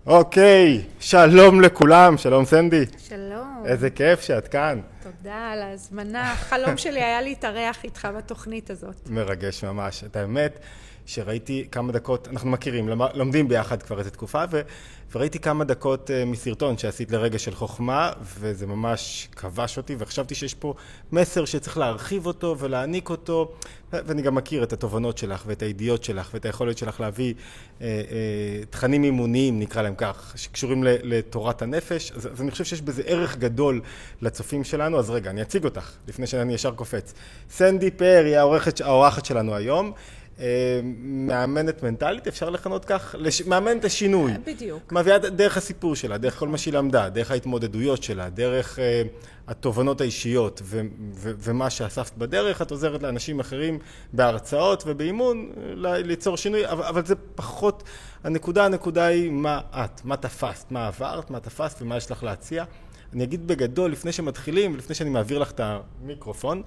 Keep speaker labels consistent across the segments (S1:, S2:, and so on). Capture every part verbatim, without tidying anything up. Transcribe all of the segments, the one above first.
S1: אוקיי, שלום לכולם, שלום סנדי.
S2: שלום.
S1: איזה כיף שאת כאן.
S2: תודה על ההזמנה. החלום שלי היה להתארח איתך בתוכנית הזאת.
S1: מרגש ממש. את האמת שראיתי כמה דקות, אנחנו מכירים, לומדים ביחד כבר איזו תקופה, ו, וראיתי כמה דקות מסרטון שעשית לרגע של חוכמה, וזה ממש כבש אותי, וחשבתי שיש פה מסר שצריך להרחיב אותו ולהעניק אותו, ואני גם מכיר את התובנות שלך ואת הידיעות שלך ואת היכולת שלך להביא אה, אה, תכנים אימוניים, נקרא להם כך, שקשורים לתורת הנפש. אז, אז אני חושב שיש בזה ערך גדול לצופים שלנו. אז רגע, אני אציג אותך לפני שאני ישר קופץ. סנדי פאר היא האורחת, האורחת שלנו היום. מאמנת מנטלית, אפשר לכנות כך, מאמנת השינוי.
S2: בדיוק.
S1: מביאה דרך הסיפור שלה, דרך כל מה שהיא למדה, דרך ההתמודדויות שלה, דרך התובנות האישיות ומה שאספת בדרך, את עוזרת לאנשים אחרים בהרצאות ובאימון ליצור שינוי, אבל זה פחות, הנקודה, הנקודה היא מה את, מה תפסת, מה עברת, מה תפסת ומה יש לך להציע. אני אגיד בגדול, לפני שמתחילים, לפני שאני מעביר לך את המיקרופון,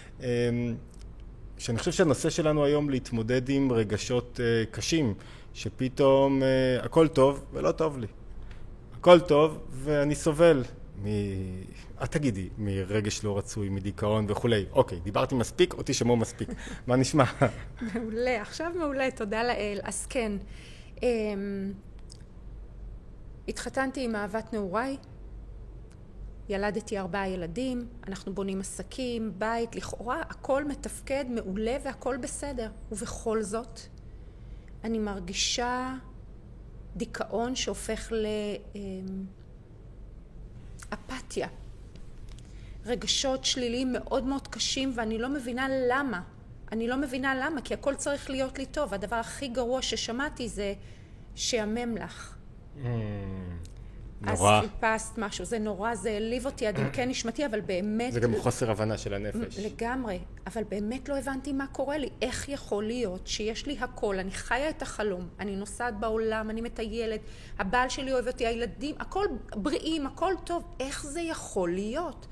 S1: שאני חושב שהנושא שלנו היום להתמודד עם רגשות uh, קשים, שפתאום uh, הכל טוב ולא טוב לי. הכל טוב ואני סובל מ... את תגידי, מרגש לא רצוי, מדיכאון וכולי. אוקיי, דיברתי מספיק, אותי שמעו מספיק. מה נשמע?
S2: מעולה, עכשיו מעולה, תודה לאל. אז כן, um, התחתנתי עם אהבת נעוריי, ילדתי ארבעה ילדים, אנחנו בונים עסקים, בית, לכאורה, הכל מתפקד מעולה והכל בסדר. ובכל זאת, אני מרגישה דיכאון שהופך לאפתיה. רגשות שליליים מאוד מאוד קשים, ואני לא מבינה למה. אני לא מבינה למה, כי הכל צריך להיות לי טוב. הדבר הכי גרוע ששמעתי זה שיאמם לך.
S1: Mm.
S2: נורא. אז חיפשת משהו, זה נורא, זה העליב אותי עד עמקי נשמתי, אבל באמת...
S1: זה גם חוסר הבנה של הנפש.
S2: לגמרי, אבל באמת לא הבנתי מה קורה לי. איך יכול להיות שיש לי הכל, אני חיה את החלום, אני נוסעת בעולם, אני מטיילת, הבעל שלי אוהב אותי, הילדים, הכל בריאים, הכל טוב. איך זה יכול להיות?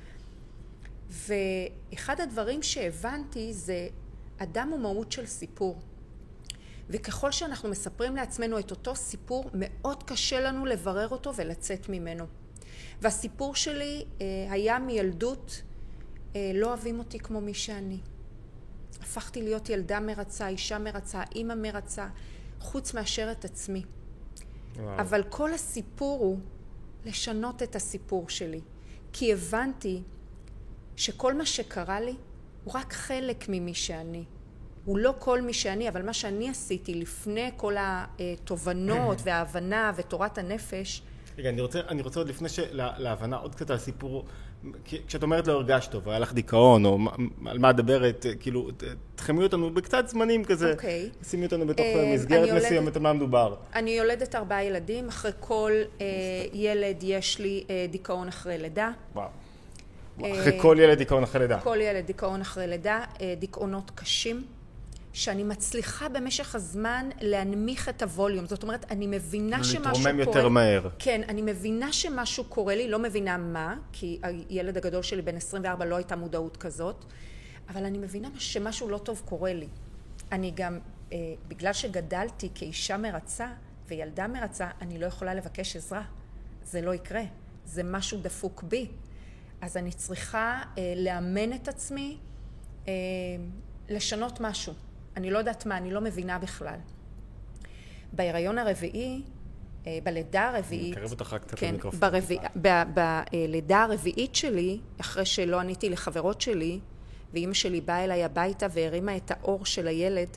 S2: ואחד הדברים שהבנתי זה אדם הוא מהות של סיפור. וככל שאנחנו מספרים לעצמנו את אותו סיפור, מאוד קשה לנו לברר אותו ולצאת ממנו. והסיפור שלי אה, היה מילדות, אה, לא אוהבים אותי כמו מי שאני. הפכתי להיות ילדה מרצה, אישה מרצה, אימא מרצה, חוץ מאשר את עצמי. וואו. אבל כל הסיפור הוא לשנות את הסיפור שלי. כי הבנתי שכל מה שקרה לי הוא רק חלק ממי שאני. הוא לא כל מי שאני, אבל מה שאני עשיתי לפני כל התובנות וההבנה ותורת הנפש.
S1: רגע, אני רוצה, אני רוצה עוד לפני להבנה עוד קצת על הסיפור, כשאת אומרת לא הרגשת טוב, היה לך דיכאון, או על מה הדברת, כאילו, תחמי אותנו בקצת זמנים כזה,
S2: אוקיי.
S1: שימי אותנו בתוך מסגרת מסוימת, על מה מדובר.
S2: אני יולדת ארבעה ילדים, אחרי כל ילד יש לי דיכאון אחרי לידה.
S1: וואו. אחרי כל ילד דיכאון אחרי לידה.
S2: כל ילד דיכאון אחרי לידה, דיכאונות קשים. שאני מצליחה במשך הזמן להנמיך את הווליום. זאת אומרת, אני מבינה שמשהו קורה...
S1: להתרומם יותר מהר.
S2: כן, אני מבינה שמשהו קורה לי, לא מבינה מה, כי הילד הגדול שלי בן עשרים וארבע לא הייתה מודעות כזאת, אבל אני מבינה שמשהו לא טוב קורה לי. אני גם, אה, בגלל שגדלתי כאישה מרצה וילדה מרצה, אני לא יכולה לבקש עזרה. זה לא יקרה. זה משהו דפוק בי. אז אני צריכה אה, לאמן את עצמי, אה, לשנות משהו. אני לא יודעת מה, אני לא מבינה בכלל. בהיריון הרביעי, בלידה הרביעית...
S1: נקרב אותך קצת
S2: כן,
S1: למיקרופון.
S2: ברביע, בלידה הרביעית שלי, אחרי שלא עניתי לחברות שלי, ואמא שלי באה אליי הביתה והרימה את האור של הילד,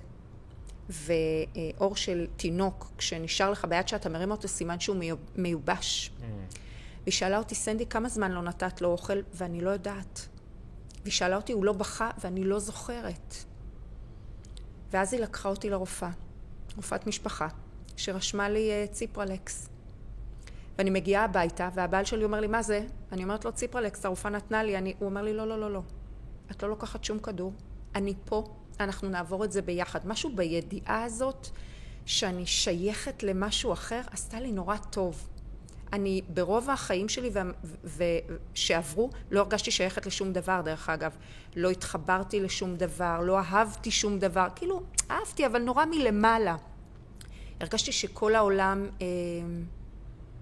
S2: ואור של תינוק, כשנשאר לך ביד שאתה מרים אותו, סימן שהוא מיובש. Mm. והיא שאלה אותי, סנדי, כמה זמן לא נתת לו אוכל? ואני לא יודעת. והיא שאלה אותי, הוא לא בכה, ואני לא זוכרת. ואז היא לקחה אותי לרופאה, רופאת משפחה, שרשמה לי ציפרלקס. ואני מגיעה הביתה, והבעל שלי אומר לי, מה זה? אני אומרת לו, ציפרלקס, הרופאה נתנה לי. אני, הוא אומר לי, לא, לא, לא, לא. את לא לוקחת שום כדור. אני פה, אנחנו נעבור את זה ביחד. משהו בידיעה הזאת, שאני שייכת למשהו אחר, עשתה לי נורא טוב. אני ברוב החיים שלי שעברו, לא הרגשתי שייכת לשום דבר, דרך אגב. לא התחברתי לשום דבר, לא אהבתי שום דבר. כאילו, אהבתי, אבל נורא מלמעלה. הרגשתי שכל העולם אה,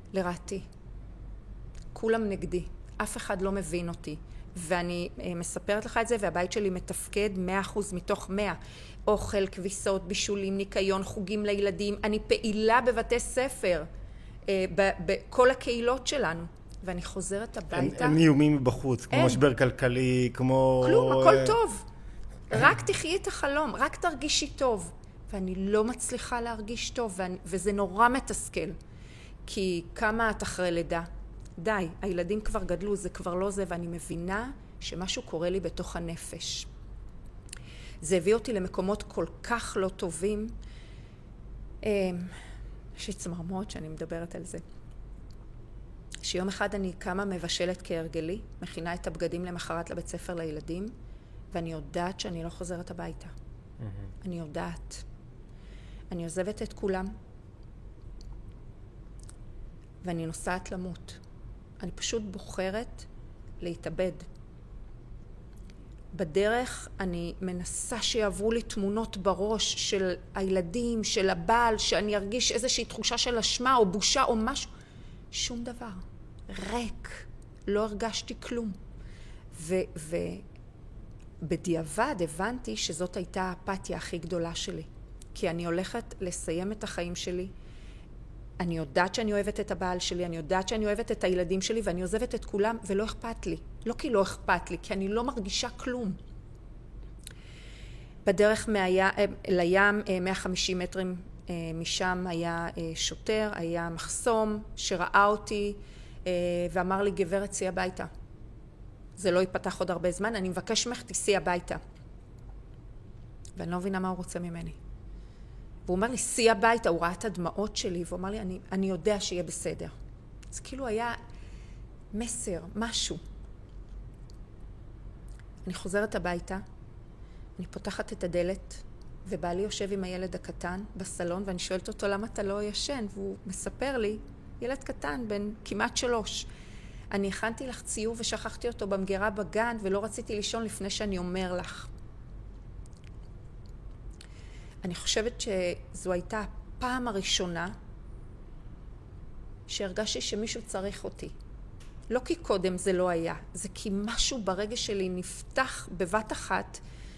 S2: לרעתי. כולם נגדי. אף אחד לא מבין אותי. ואני מספרת לך את זה, והבית שלי מתפקד מאה אחוז מתוך מאה. אוכל, כביסות, בישולים, ניקיון, חוגים לילדים. אני פעילה בבתי ספר, בכל הקהילות שלנו. ואני חוזרת הביתה.
S1: אין איומים בחוץ, כמו משבר כלכלי, כמו...
S2: כלום, הכל טוב. רק תחיי את החלום, רק תרגישי טוב. ואני לא מצליחה להרגיש טוב, וזה נורא מתסכל. כי כמה את אחרי לידה? די, הילדים כבר גדלו, זה כבר לא זה, ואני מבינה שמשהו קורה לי בתוך הנפש. זה הביא אותי למקומות כל כך לא טובים. יש לי צמרמורת שאני מדברת על זה. שיום אחד אני קמה מבשלת כהרגלי, מכינה את הבגדים למחרת לבית ספר לילדים, ואני יודעת שאני לא חוזרת הביתה. Mm-hmm. אני יודעת. אני עוזבת את כולם, ואני נוסעת למות. אני פשוט בוחרת להתאבד. בדרך אני מנסה שיעברו לי תמונות בראש של הילדים, של הבעל, שאני ארגיש איזושהי תחושה של אשמה או בושה או משהו. שום דבר. ריק. לא הרגשתי כלום. ובדיעבד הבנתי שזאת הייתה האפתיה הכי גדולה שלי. כי אני הולכת לסיים את החיים שלי. אני יודעת שאני אוהבת את הבעל שלי, אני יודעת שאני אוהבת את הילדים שלי, ואני עוזבת את כולם, ולא אכפת לי. לא כי לא אכפת לי, כי אני לא מרגישה כלום. בדרך מהים, לים, מאה וחמישים מטרים משם היה שוטר, היה מחסום שראה אותי, ואמר לי, גברת, סי הביתה. זה לא ייפתח עוד הרבה זמן, אני מבקש ממך, תסי הביתה. ואני לא מבינה מה הוא רוצה ממני. והוא אומר לי, סי הביתה, הוא ראה את הדמעות שלי, והוא אמר לי, אני, אני יודע שיהיה בסדר. אז כאילו היה מסר, משהו. אני חוזרת הביתה, אני פותחת את הדלת, ובעלי יושב עם הילד הקטן בסלון, ואני שואלת אותו, למה אתה לא ישן? והוא מספר לי, ילד קטן, בן כמעט שלוש. אני הכנתי לך ציור ושכחתי אותו במגירה בגן, ולא רציתי לישון לפני שאני אומר לך. אני חושבת שזו הייתה הפעם הראשונה שהרגשתי שמישהו צריך אותי. לא כי קודם זה לא היה, זה כי משהו ברגש שלי נפתח בבת אחת,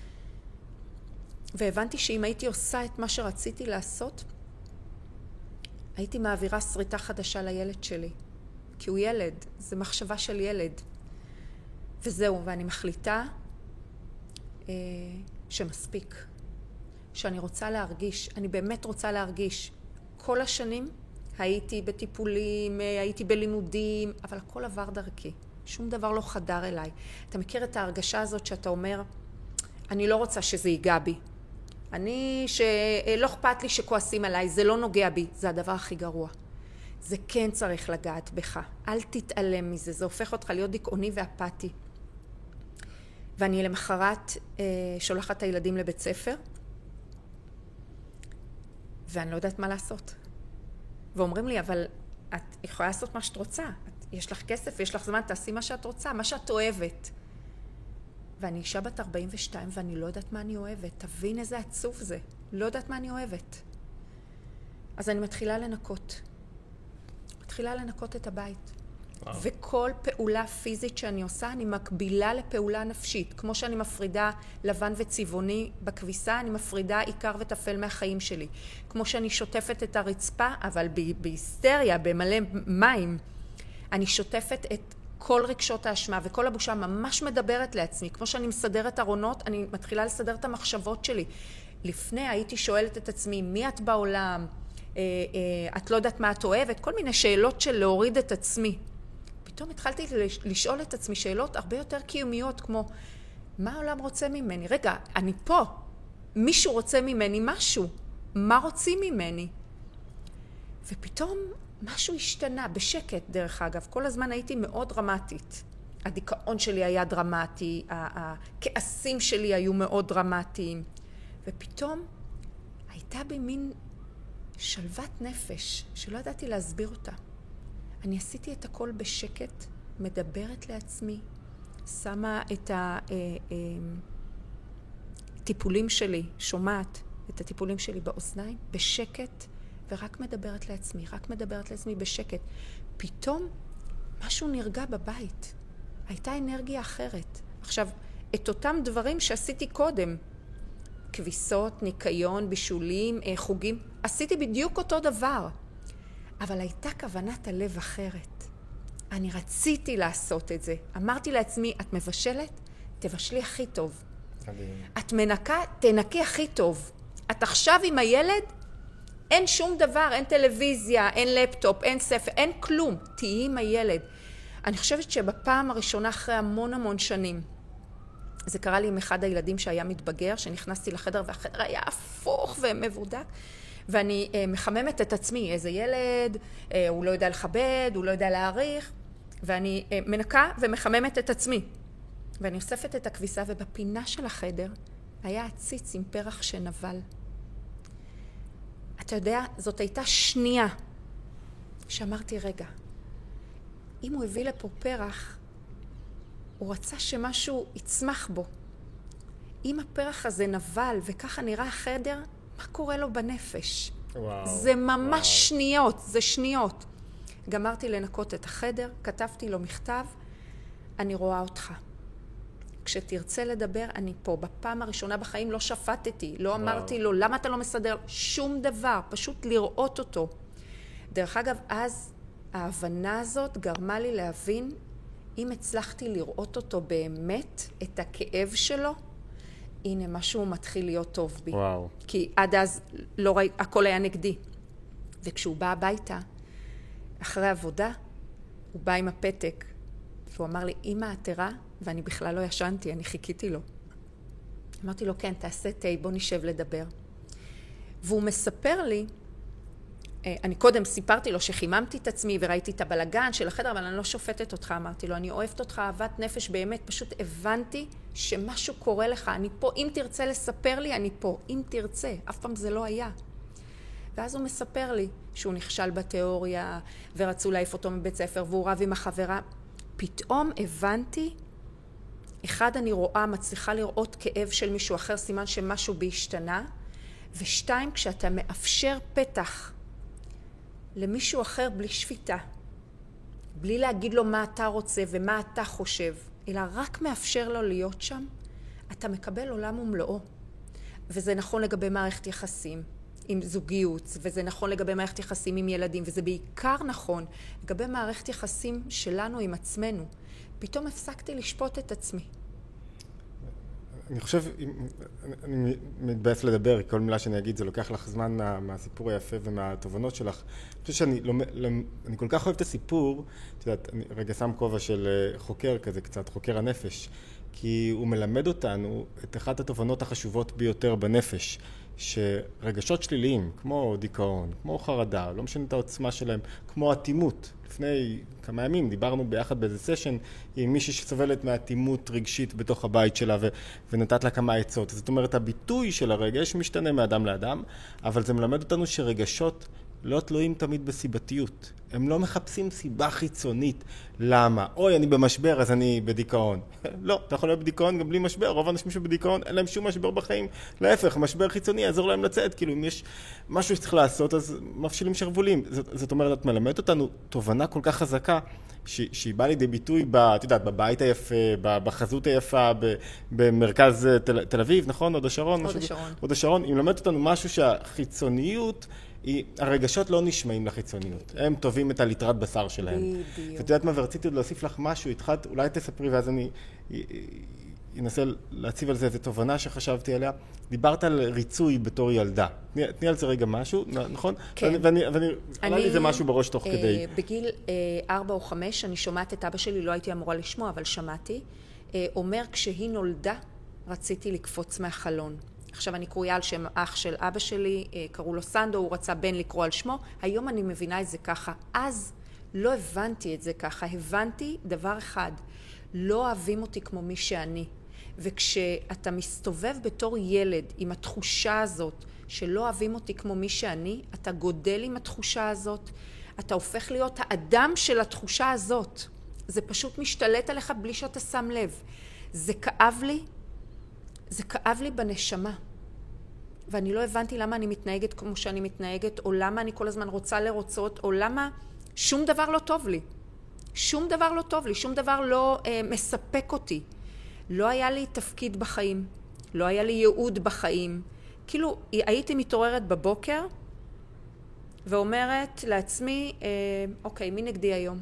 S2: והבנתי שאם הייתי עושה את מה שרציתי לעשות, הייתי מעבירה שריטה חדשה לילד שלי. כי הוא ילד, זה מחשבה של ילד. וזהו, ואני מחליטה אה, שמספיק. שאני רוצה להרגיש, אני באמת רוצה להרגיש. כל השנים הייתי בטיפולים, הייתי בלימודים, אבל הכל עבר דרכי. שום דבר לא חדר אליי. אתה מכיר את ההרגשה הזאת שאתה אומר, אני לא רוצה שזה ייגע בי. אני, שלא אכפת לי שכועסים עליי, זה לא נוגע בי, זה הדבר הכי גרוע. זה כן צריך לגעת בך. אל תתעלם מזה, זה הופך אותך להיות דיכאוני ואפתי. ואני למחרת אה, שולחת את הילדים לבית ספר, ואני לא יודעת מה לעשות. ואומרים לי, אבל את יכולה לעשות מה שאת רוצה. את, יש לך כסף, יש לך זמן, תעשי מה שאת רוצה, מה שאת אוהבת. ואני אישה בת ארבעים ושתיים, ואני לא יודעת מה אני אוהבת. תבין איזה עצוב זה. לא יודעת מה אני אוהבת. אז אני מתחילה לנקות. מתחילה לנקות את הבית. וואו. וכל פעולה פיזית שאני עושה, אני מקבילה לפעולה נפשית. כמו שאני מפרידה לבן וצבעוני בכביסה, אני מפרידה עיקר וטפל מהחיים שלי. כמו שאני שוטפת את הרצפה, אבל בהיסטריה, במלא מים, אני שוטפת את כל רגשות האשמה, וכל הבושה ממש מדברת לעצמי. כמו שאני מסדרת ארונות, אני מתחילה לסדר את המחשבות שלי. לפני הייתי שואלת את עצמי, מי את בעולם? את לא יודעת מה את אוהבת? כל מיני שאלות של להוריד את עצמי. פתאום התחלתי לשאול את עצמי שאלות הרבה יותר קיומיות, כמו, מה העולם רוצה ממני? רגע, אני פה. מישהו רוצה ממני משהו. מה רוצים ממני? ופתאום משהו השתנה, בשקט דרך אגב. כל הזמן הייתי מאוד דרמטית. הדיכאון שלי היה דרמטי, הכעסים שלי היו מאוד דרמטיים. ופתאום הייתה בי מין שלוות נפש, שלא ידעתי להסביר אותה. אני עשיתי את הכל בשקט, מדברת לעצמי, שמה את הטיפולים שלי, שומעת את הטיפולים שלי באוזניים, בשקט, ורק מדברת לעצמי, רק מדברת לעצמי בשקט. פתאום משהו נרגע בבית. הייתה אנרגיה אחרת. עכשיו, את אותם דברים שעשיתי קודם, כביסות, ניקיון, בישולים, חוגים, עשיתי בדיוק אותו דבר. אבל הייתה כוונת הלב אחרת. אני רציתי לעשות את זה. אמרתי לעצמי, את מבשלת? תבשלי הכי טוב. את מנקה? תנקי הכי טוב. את עכשיו עם הילד? אין שום דבר, אין טלוויזיה, אין לפטופ, אין ספר, אין כלום. תהיי עם הילד. אני חושבת שבפעם הראשונה אחרי המון המון שנים, זה קרה לי עם אחד הילדים שהיה מתבגר, שנכנסתי לחדר והחדר היה הפוך ומבודק, ואני אה, מחממת את עצמי, איזה ילד, אה, הוא לא יודע לכבד, הוא לא יודע להעריך, ואני אה, מנקה ומחממת את עצמי. ואני אוספת את הכביסה, ובפינה של החדר היה עציץ עם פרח שנבל. אתה יודע, זאת הייתה שנייה שאמרתי, רגע, אם הוא הביא לפה פרח, הוא רצה שמשהו יצמח בו. אם הפרח הזה נבל וככה נראה החדר, מה קורה לו בנפש?
S1: וואו,
S2: זה ממש
S1: וואו.
S2: שניות, זה שניות. גמרתי לנקות את החדר, כתבתי לו מכתב, אני רואה אותך. כשתרצה לדבר, אני פה. בפעם הראשונה בחיים לא שפטתי, לא וואו. אמרתי לו, למה אתה לא מסדר? שום דבר, פשוט לראות אותו. דרך אגב, אז ההבנה הזאת גרמה לי להבין, אם הצלחתי לראות אותו באמת, את הכאב שלו, הנה, משהו מתחיל להיות טוב בי.
S1: וואו.
S2: כי עד אז לא ראי, הכל היה נגדי. וכשהוא בא הביתה, אחרי עבודה, הוא בא עם הפתק, והוא אמר לי, אמא, את ערה? ואני בכלל לא ישנתי, אני חיכיתי לו. אמרתי לו, כן, תעשה תה, בוא נשב לדבר. והוא מספר לי, אני קודם סיפרתי לו שחיממתי את עצמי וראיתי את הבלגן של החדר, אבל אני לא שופטת אותך, אמרתי לו, אני אוהבת אותך אהבת נפש באמת, פשוט הבנתי שמשהו קורה לך, אני פה, אם תרצה לספר לי, אני פה, אם תרצה, אף פעם זה לא היה. ואז הוא מספר לי שהוא נכשל בתיאוריה, ורצו להעיף אותו מבית ספר, והוא רב עם החברה. פתאום הבנתי, אחד, אני רואה, מצליחה לראות כאב של מישהו אחר, סימן שמשהו בהשתנה, ושתיים, כשאתה מאפשר פתח למישהו אחר בלי שפיטה, בלי להגיד לו מה אתה רוצה ומה אתה חושב, אלא רק מאפשר לו להיות שם, אתה מקבל עולם ומלואו. וזה נכון לגבי מערכת יחסים עם זוגיות, וזה נכון לגבי מערכת יחסים עם ילדים, וזה בעיקר נכון לגבי מערכת יחסים שלנו עם עצמנו. פתאום הפסקתי לשפוט את עצמי.
S1: אני חושב, אני מתבאס לדבר, כל מילה שאני אגיד, זה לוקח לך זמן מה, מהסיפור היפה ומהתובנות שלך. אני חושב שאני לא, לא, אני כל כך אוהב את הסיפור, את יודעת, אני רגע שם כובע של חוקר כזה קצת, חוקר הנפש, כי הוא מלמד אותנו את אחת התובנות החשובות ביותר בנפש, שרגשות שליליים, כמו דיכאון, כמו חרדה, לא משנה את העוצמה שלהם, כמו אטימות. לפני כמה ימים דיברנו ביחד באיזה סשן עם מישהי שסובלת מאטימות רגשית בתוך הבית שלה ו- ונתת לה כמה עצות. זאת אומרת, הביטוי של הרגש משתנה מאדם לאדם, אבל זה מלמד אותנו שרגשות לא תלויים תמיד בסיבתיות. הם לא מחפשים סיבה חיצונית. למה? אוי, אני במשבר, אז אני בדיכאון. לא, אתה יכול להיות בדיכאון גם בלי משבר. רוב האנשים שבדיכאון אין להם שום משבר בחיים. להפך, משבר חיצוני יעזור להם לצאת. כאילו, אם יש משהו שצריך לעשות, אז מפשילים שרבולים. זאת, זאת אומרת, את מלמדת אותנו תובנה כל כך חזקה, ש, שהיא באה לידי ביטוי, ב, את יודעת, בבית היפה, בחזות היפה, ב, במרכז תל, תל אביב, נכון? עוד השרון?
S2: עוד השרון.
S1: עוד השרון. היא מלמדת אותנו משהו שהחיצוניות, היא, הרגשות לא נשמעים לחיצוניות. הם טובים את הליטרת בשר שלהם.
S2: בדיוק.
S1: ואת יודעת מה, ורציתי עוד להוסיף לך משהו, התחלת, אולי תספרי ואז אני אנסה להציב על זה איזו תובנה שחשבתי עליה. דיברת על ריצוי בתור ילדה. תני, תני על זה רגע משהו, נכון?
S2: כן.
S1: ואני, ואני, עלה לי איזה משהו בראש תוך
S2: אה,
S1: כדי.
S2: בגיל אה, ארבע או חמש, אני שומעת את אבא שלי, לא הייתי אמורה לשמוע, אבל שמעתי, אה, אומר, כשהיא נולדה, רציתי לקפוץ מהחלון. עכשיו אני קרויה על שם אח של אבא שלי, קראו לו סנדו, הוא רצה בן לקרוא על שמו. היום אני מבינה את זה ככה. אז לא הבנתי את זה ככה. הבנתי דבר אחד, לא אוהבים אותי כמו מי שאני. וכשאתה מסתובב בתור ילד עם התחושה הזאת שלא אוהבים אותי כמו מי שאני, אתה גודל עם התחושה הזאת, אתה הופך להיות האדם של התחושה הזאת. זה פשוט משתלט עליך בלי שאתה שם לב. זה כאב לי. זה כאב לי בנשמה. ואני לא הבנתי למה אני מתנהגת כמו שאני מתנהגת, או למה אני כל הזמן רוצה לרוצות, או למה שום דבר לא טוב לי. שום דבר לא טוב לי, שום דבר לא אה, מספק אותי. לא היה לי תפקיד בחיים, לא היה לי ייעוד בחיים. כאילו, הייתי מתעוררת בבוקר ואומרת לעצמי, אה, אוקיי, מי נגדי היום?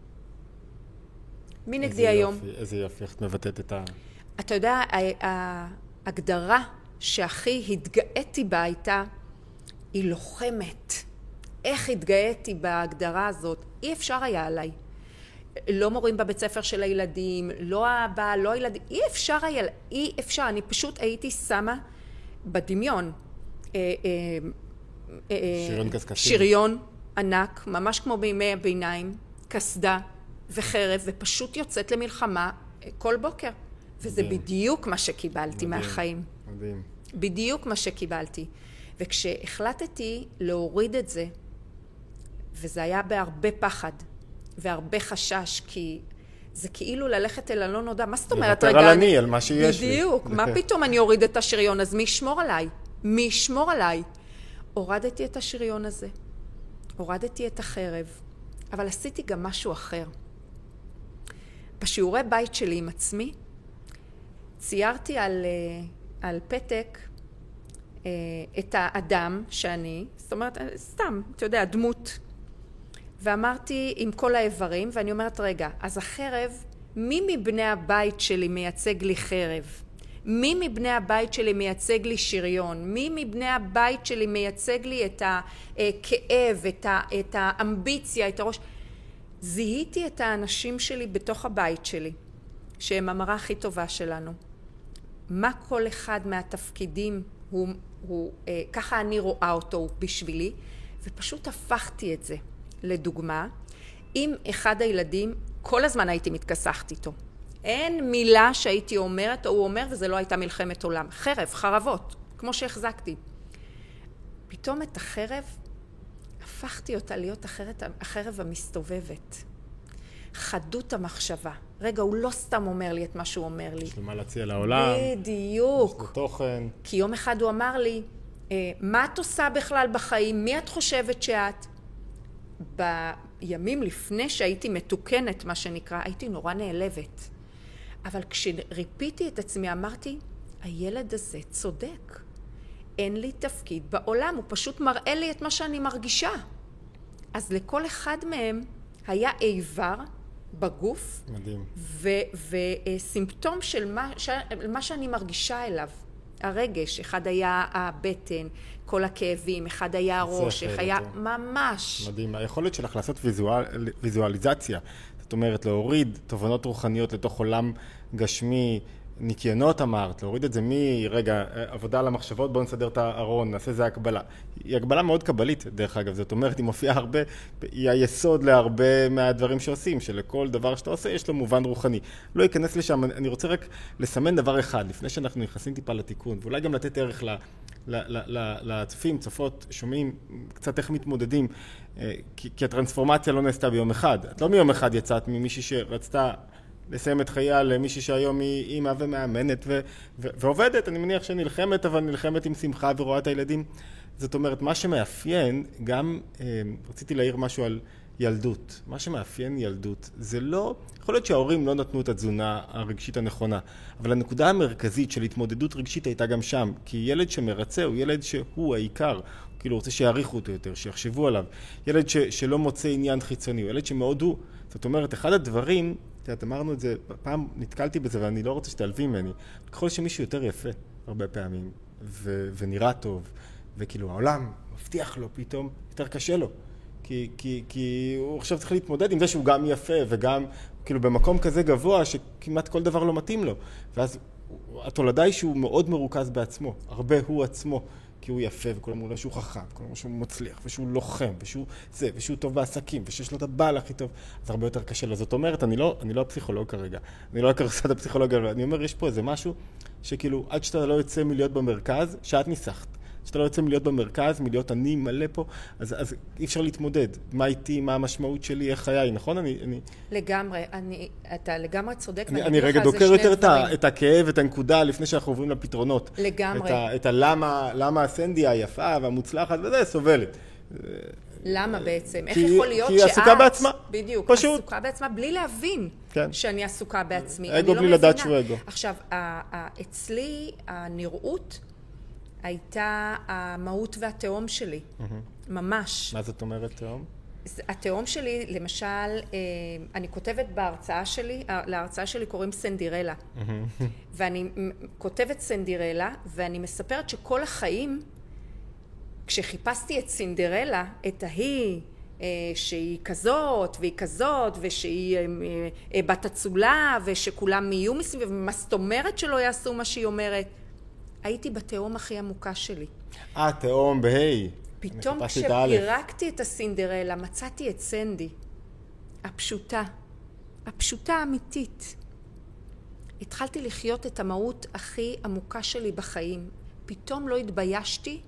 S2: מי נגדי היום?
S1: יופי, איזה יופי, איך את מבטאת את ה...
S2: אתה יודע, ההגדרה שהכי התגאיתי בה הייתה, היא לוחמת. איך התגאיתי בהגדרה הזאת? אי אפשר היה עליי. לא מורים בבית ספר של הילדים, לא האבא, לא הילדים, אי אפשר היה, אי אפשר, אני פשוט הייתי שמה בדמיון.
S1: שריון קסקסים.
S2: שריון ענק, ממש כמו בימי הביניים, קסדה וחרב, ופשוט יוצאת למלחמה כל בוקר. וזה מדהים. בדיוק מה שקיבלתי מדהים, מהחיים.
S1: מדהים.
S2: בדיוק מה שקיבלתי. וכשהחלטתי להוריד את זה, וזה היה בהרבה פחד, והרבה חשש, כי זה כאילו ללכת אל הלא נודע. מה זאת אומרת?
S1: לוותר על אני, על מה שיש
S2: בדיוק,
S1: לי.
S2: בדיוק. מה פתאום אני אוריד את השריון? אז מי ישמור עליי? מי ישמור עליי? הורדתי את השריון הזה. הורדתי את החרב. אבל עשיתי גם משהו אחר. בשיעורי בית שלי עם עצמי, ציירתי על, על פתק את האדם שאני, זאת אומרת, סתם, אתה יודע, דמות. ואמרתי עם כל האיברים, ואני אומרת, רגע, אז החרב, מי מבני הבית שלי מייצג לי חרב? מי מבני הבית שלי מייצג לי שריון? מי מבני הבית שלי מייצג לי את הכאב, את, ה, את האמביציה, את הראש? זיהיתי את האנשים שלי בתוך הבית שלי, שהם המראה הכי טובה שלנו. מה כל אחד מהתפקידים הוא, הוא אה, ככה אני רואה אותו בשבילי, ופשוט הפכתי את זה. לדוגמה, אם אחד הילדים, כל הזמן הייתי מתכסחת איתו. אין מילה שהייתי אומרת, או הוא אומר, וזה לא הייתה מלחמת עולם. חרב, חרבות, כמו שהחזקתי. פתאום את החרב, הפכתי אותה להיות החרב, החרב המסתובבת. חדות המחשבה. רגע, הוא לא סתם אומר לי את מה שהוא אומר לי.
S1: יש לו מה להציע לעולם.
S2: בדיוק.
S1: יש לו תוכן.
S2: כי יום אחד הוא אמר לי, מה את עושה בכלל בחיים? מי את חושבת שאת? בימים לפני שהייתי מתוקנת, מה שנקרא, הייתי נורא נעלבת. אבל כשריפיתי את עצמי, אמרתי, הילד הזה צודק. אין לי תפקיד בעולם, הוא פשוט מראה לי את מה שאני מרגישה. אז לכל אחד מהם היה איבר בגוף.
S1: מדהים.
S2: וסימפטום של מה, מה שאני מרגישה אליו. הרגש, אחד היה הבטן, כל הכאבים, אחד היה הראש, אחד היה ממש.
S1: מדהים. היכולת שלך לעשות ויזואל, ויזואליזציה, זאת אומרת, להוריד תובנות רוחניות לתוך עולם גשמי, ניקיונות אמרת, להוריד את זה מרגע, עבודה על המחשבות, בואו נסדר את הארון, נעשה זה הקבלה. היא הקבלה מאוד קבלית, דרך אגב, זאת אומרת, היא מופיעה הרבה, היא היסוד להרבה מהדברים שעושים, שלכל דבר שאתה עושה יש לו מובן רוחני. לא ייכנס לשם, אני רוצה רק לסמן דבר אחד, לפני שאנחנו נכנסים טיפה לתיקון, ואולי גם לתת ערך לצופים, צופות, שומעים, קצת איך מתמודדים, כי, כי הטרנספורמציה לא נעשתה ביום אחד. את לא מיום אחד יצאת ממישהי שרצתה לסיים את חייה למישהי שהיום היא אימא ומאמנת ו- ו- ועובדת, אני מניח שנלחמת, אבל נלחמת עם שמחה ורואה את הילדים. זאת אומרת, מה שמאפיין, גם אה, רציתי להעיר משהו על ילדות. מה שמאפיין ילדות, זה לא, יכול להיות שההורים לא נתנו את התזונה הרגשית הנכונה, אבל הנקודה המרכזית של התמודדות רגשית הייתה גם שם, כי ילד שמרצה הוא ילד שהוא העיקר, כאילו רוצה שיעריכו אותו יותר, שיחשבו עליו. ילד ש- שלא מוצא עניין חיצוני, הוא ילד שמאוד הוא. זאת אומרת, אחד הדברים, תראה, אמרנו את זה, פעם נתקלתי בזה ואני לא רוצה שתעלבי ממני. ככל שמישהו יותר יפה, הרבה פעמים, ו- ונראה טוב, וכאילו העולם מבטיח לו פתאום, יותר קשה לו. כי, כי, כי הוא עכשיו צריך להתמודד עם זה שהוא גם יפה וגם כאילו במקום כזה גבוה שכמעט כל דבר לא מתאים לו. ואז התולדה היא שהוא מאוד מרוכז בעצמו, הרבה הוא עצמו. כי הוא יפה וכולם אומרים לו שהוא חכם, וכולם אומרים שהוא מצליח ושהוא לוחם ושהוא זה ושהוא טוב בעסקים ושיש לו את הבעל הכי טוב, אז הרבה יותר קשה לו. זאת אומרת, אני לא, אני לא הפסיכולוג כרגע, אני לא הקרסת הפסיכולוג, אבל אני אומר, יש פה איזה משהו שכאילו עד שאתה לא יוצא מלהיות במרכז, שאת ניסחת. שאתה לא יוצא מלהיות במרכז, מלהיות אני מלא פה, אז, אז אי אפשר להתמודד. מה איתי, מה המשמעות שלי, איך חיי, נכון? אני, אני...
S2: לגמרי, אני, אתה לגמרי צודק.
S1: אני, אני רגע דוקר יותר את, את הכאב, את הנקודה, לפני שאנחנו עוברים לפתרונות.
S2: לגמרי.
S1: את, ה, את הלמה, למה הסנדי היפה והמוצלחת, וזה סובלת.
S2: למה בעצם? איך
S1: כי,
S2: יכול להיות
S1: כי
S2: שאת...
S1: היא עסוקה בעצמה.
S2: בדיוק,
S1: פשוט.
S2: עסוקה בעצמה, בלי להבין
S1: כן.
S2: שאני עסוקה בעצמי.
S1: אגו בלי לדעת שהוא אגו.
S2: עכשיו, אצלי הנראות הייתה המהות והתאום שלי. ממש.
S1: מה זאת אומרת תאום?
S2: התאום שלי, למשל, אני כותבת בהרצאה שלי, להרצאה שלי קוראים סנדירלה. ואני כותבת סנדירלה, ואני מספרת שכל החיים, כשחיפשתי את סינדרלה, את ההיא שהיא כזאת והיא כזאת ושהיא בת אצולה ושכולם יהיו מסביב, ומה זאת אומרת שלא יעשו מה שהיא אומרת, הייתי בתאום הכי עמוקה שלי.
S1: אה, תאום בהי.
S2: פתאום כשפירקתי את הסינדרלה מצאתי את סנדי, הפשוטה, הפשוטה האמיתית. התחלתי לחיות את המהות הכי עמוקה שלי בחיים. פתאום לא התביישתי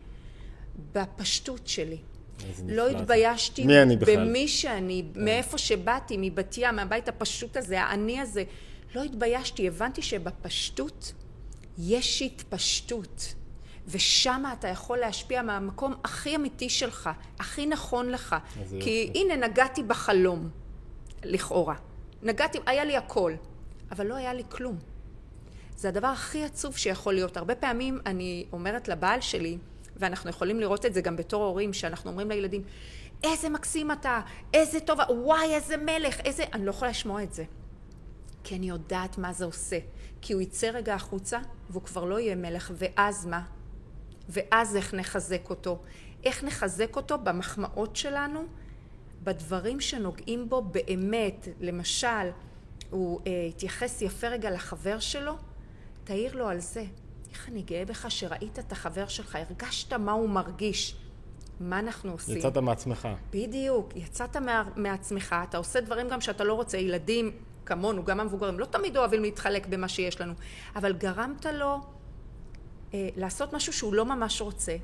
S2: בפשטות שלי. לא התביישתי במי שאני, מאיפה שבאתי, מבת ים, מהבית הפשוט הזה, האני הזה. לא התביישתי, הבנתי שבפשטות יש התפשטות. ושם אתה יכול להשפיע מהמקום הכי אמיתי שלך, הכי נכון לך. כי הנה נגעתי בחלום, לכאורה. נגעתי, היה לי הכל, אבל לא היה לי כלום. זה הדבר הכי עצוב שיכול להיות. הרבה פעמים אני אומרת לבעל שלי, ואנחנו יכולים לראות את זה גם בתור הורים, שאנחנו אומרים לילדים, איזה מקסים אתה, איזה טוב, וואי, איזה מלך, איזה... אני לא יכולה לשמוע את זה. כי אני יודעת מה זה עושה. כי הוא יצא רגע החוצה, והוא כבר לא יהיה מלך, ואז מה? ואז איך נחזק אותו? איך נחזק אותו במחמאות שלנו, בדברים שנוגעים בו באמת. למשל, הוא אה, התייחס יפה רגע לחבר שלו, תעיר לו על זה. איך אני גאה בך שראית את החבר שלך, הרגשת מה הוא מרגיש. מה אנחנו עושים?
S1: יצאת מעצמך.
S2: בדיוק, יצאת מה, מעצמך, אתה עושה דברים גם שאתה לא רוצה, ילדים כמונו, גם המבוגרים, לא תמיד אוהבים להתחלק במה שיש לנו, אבל גרמת לו אה, לעשות משהו שהוא לא ממש רוצה,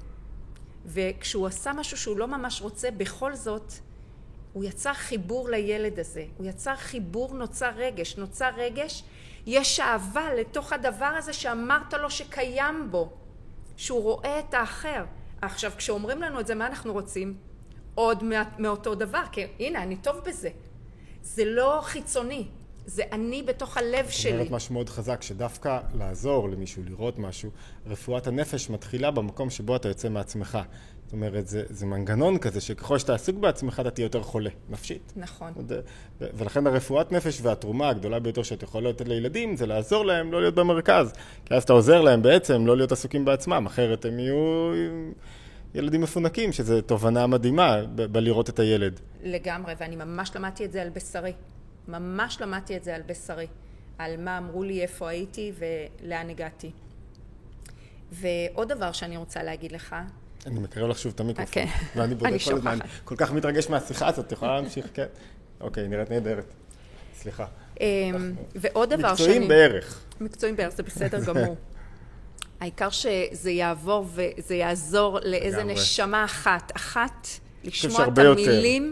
S2: וכשהוא עשה משהו שהוא לא ממש רוצה, בכל זאת, הוא יצר חיבור לילד הזה, הוא יצר חיבור, נוצר רגש, נוצר רגש, יש אהבה לתוך הדבר הזה שאמרת לו שקיים בו, שהוא רואה את האחר. עכשיו, כשאומרים לנו את זה, מה אנחנו רוצים? עוד מאותו דבר, כי הנה, אני טוב בזה. זה לא חיצוני, זה אני בתוך הלב שלי. זאת אומרת משהו
S1: מאוד חזק, שדווקא לעזור למישהו, לראות משהו, רפואת הנפש מתחילה במקום שבו אתה יוצא מעצמך. זאת אומרת, זה, זה מנגנון כזה שככל שאתה עסוק בעצמך, אתה תהיה יותר חולה, נפשית.
S2: נכון.
S1: ו- ולכן הרפואת נפש והתרומה הגדולה ביותר שאתה יכול לתת לילדים, זה לעזור להם לא להיות במרכז. כי אז אתה עוזר להם בעצם לא להיות עסוקים בעצמם, אחרת הם יהיו ילדים מפונקים, שזה תובנה מדהימה ב- בלראות את הילד.
S2: לגמרי, ואני ממש למדתי את זה על בשרי. ממש למדתי את זה על בשרי. על מה אמרו לי, איפה הייתי ולאן הגעתי. ועוד דבר שאני רוצה להגיד לך,
S1: אני מקרב לך שוב את המיקרופון,
S2: okay.
S1: ואני בודק כל הזמן, אני כל כך מתרגש מהשיחה הזאת, את יכולה להמשיך, כן? אוקיי, נראית נהדרת, סליחה.
S2: ועוד דבר שאני...
S1: מקצועיים בערך.
S2: מקצועיים בערך, זה בסדר גמור. העיקר שזה יעבור וזה יעזור לאיזה נשמה אחת, אחת, לשמוע את המילים,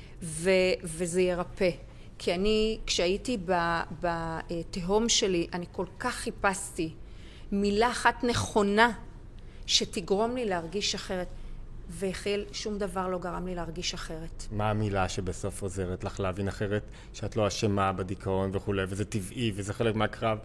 S2: וזה ירפא. כי אני, כשהייתי בתהום שלי, אני כל כך חיפשתי מילה אחת נכונה, שתגרום לי להרגיש אחרת, והחל שום דבר לא גרם לי להרגיש אחרת.
S1: מה המילה שבסוף עוזרת לך להבין אחרת, שאת לא אשמה בדיכאון וכו', וזה טבעי וזה חלק מהקרב?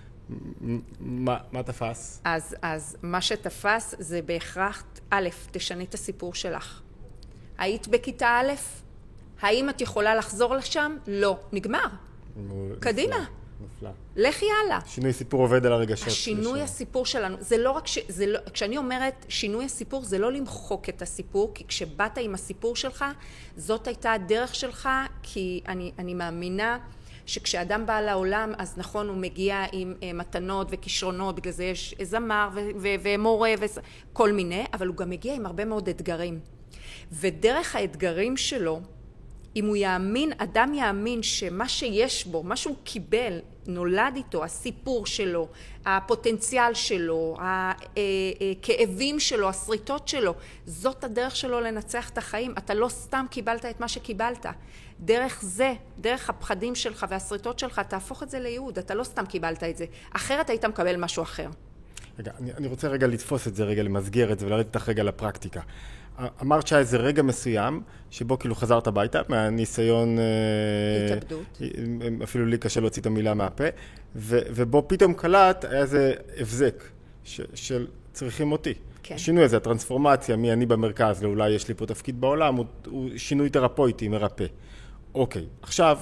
S1: מה, מה תפס?
S2: אז, אז מה שתפס זה בהכרח, א', תשני את הסיפור שלך. היית בכיתה א', האם את יכולה לחזור לשם? לא. נגמר. קדימה.
S1: נפלא.
S2: לכי הלאה.
S1: שינוי סיפור עובד על הרגשות.
S2: השינוי הסיפור שלנו, זה לא רק ש... זה לא, כשאני אומרת שינוי הסיפור, זה לא למחוק את הסיפור, כי כשבאת עם הסיפור שלך, זאת הייתה הדרך שלך, כי אני, אני מאמינה שכשאדם בא לעולם, אז נכון, הוא מגיע עם uh, מתנות וכישרונות, בגלל זה יש זמר ו- ו- ומורה וכל מיני, אבל הוא גם מגיע עם הרבה מאוד אתגרים. ודרך האתגרים שלו, אם הוא יאמין, אדם יאמין שמה שיש בו, מה שהוא קיבל, נולד איתו, הסיפור שלו, הפוטנציאל שלו, הכאבים שלו, הסריטות שלו, זאת הדרך שלו לנצח את החיים. אתה לא סתם קיבלת את מה שקיבלת. דרך זה, דרך הפחדים שלך והסריטות שלך, תהפוך את זה לייעוד. אתה לא סתם קיבלת את זה. אחרת היית מקבל משהו אחר.
S1: רגע, אני, אני רוצה רגע לתפוס את זה, רגע למסגר את זה ולרדת איתך רגע לפרקטיקה. אמרת שהיה איזה רגע מסוים, שבו כאילו חזרת הביתה, מהניסיון...
S2: התאבדות.
S1: אפילו לי קשה להוציא את המילה מהפה, ו, ובו פתאום קלט, היה איזה הבזק ש, של צריכים אותי.
S2: כן.
S1: השינוי הזה, הטרנספורמציה, מי אני במרכז, לאולי יש לי פה תפקיד בעולם, הוא, הוא שינוי תרפויטי, מרפא. אוקיי, עכשיו,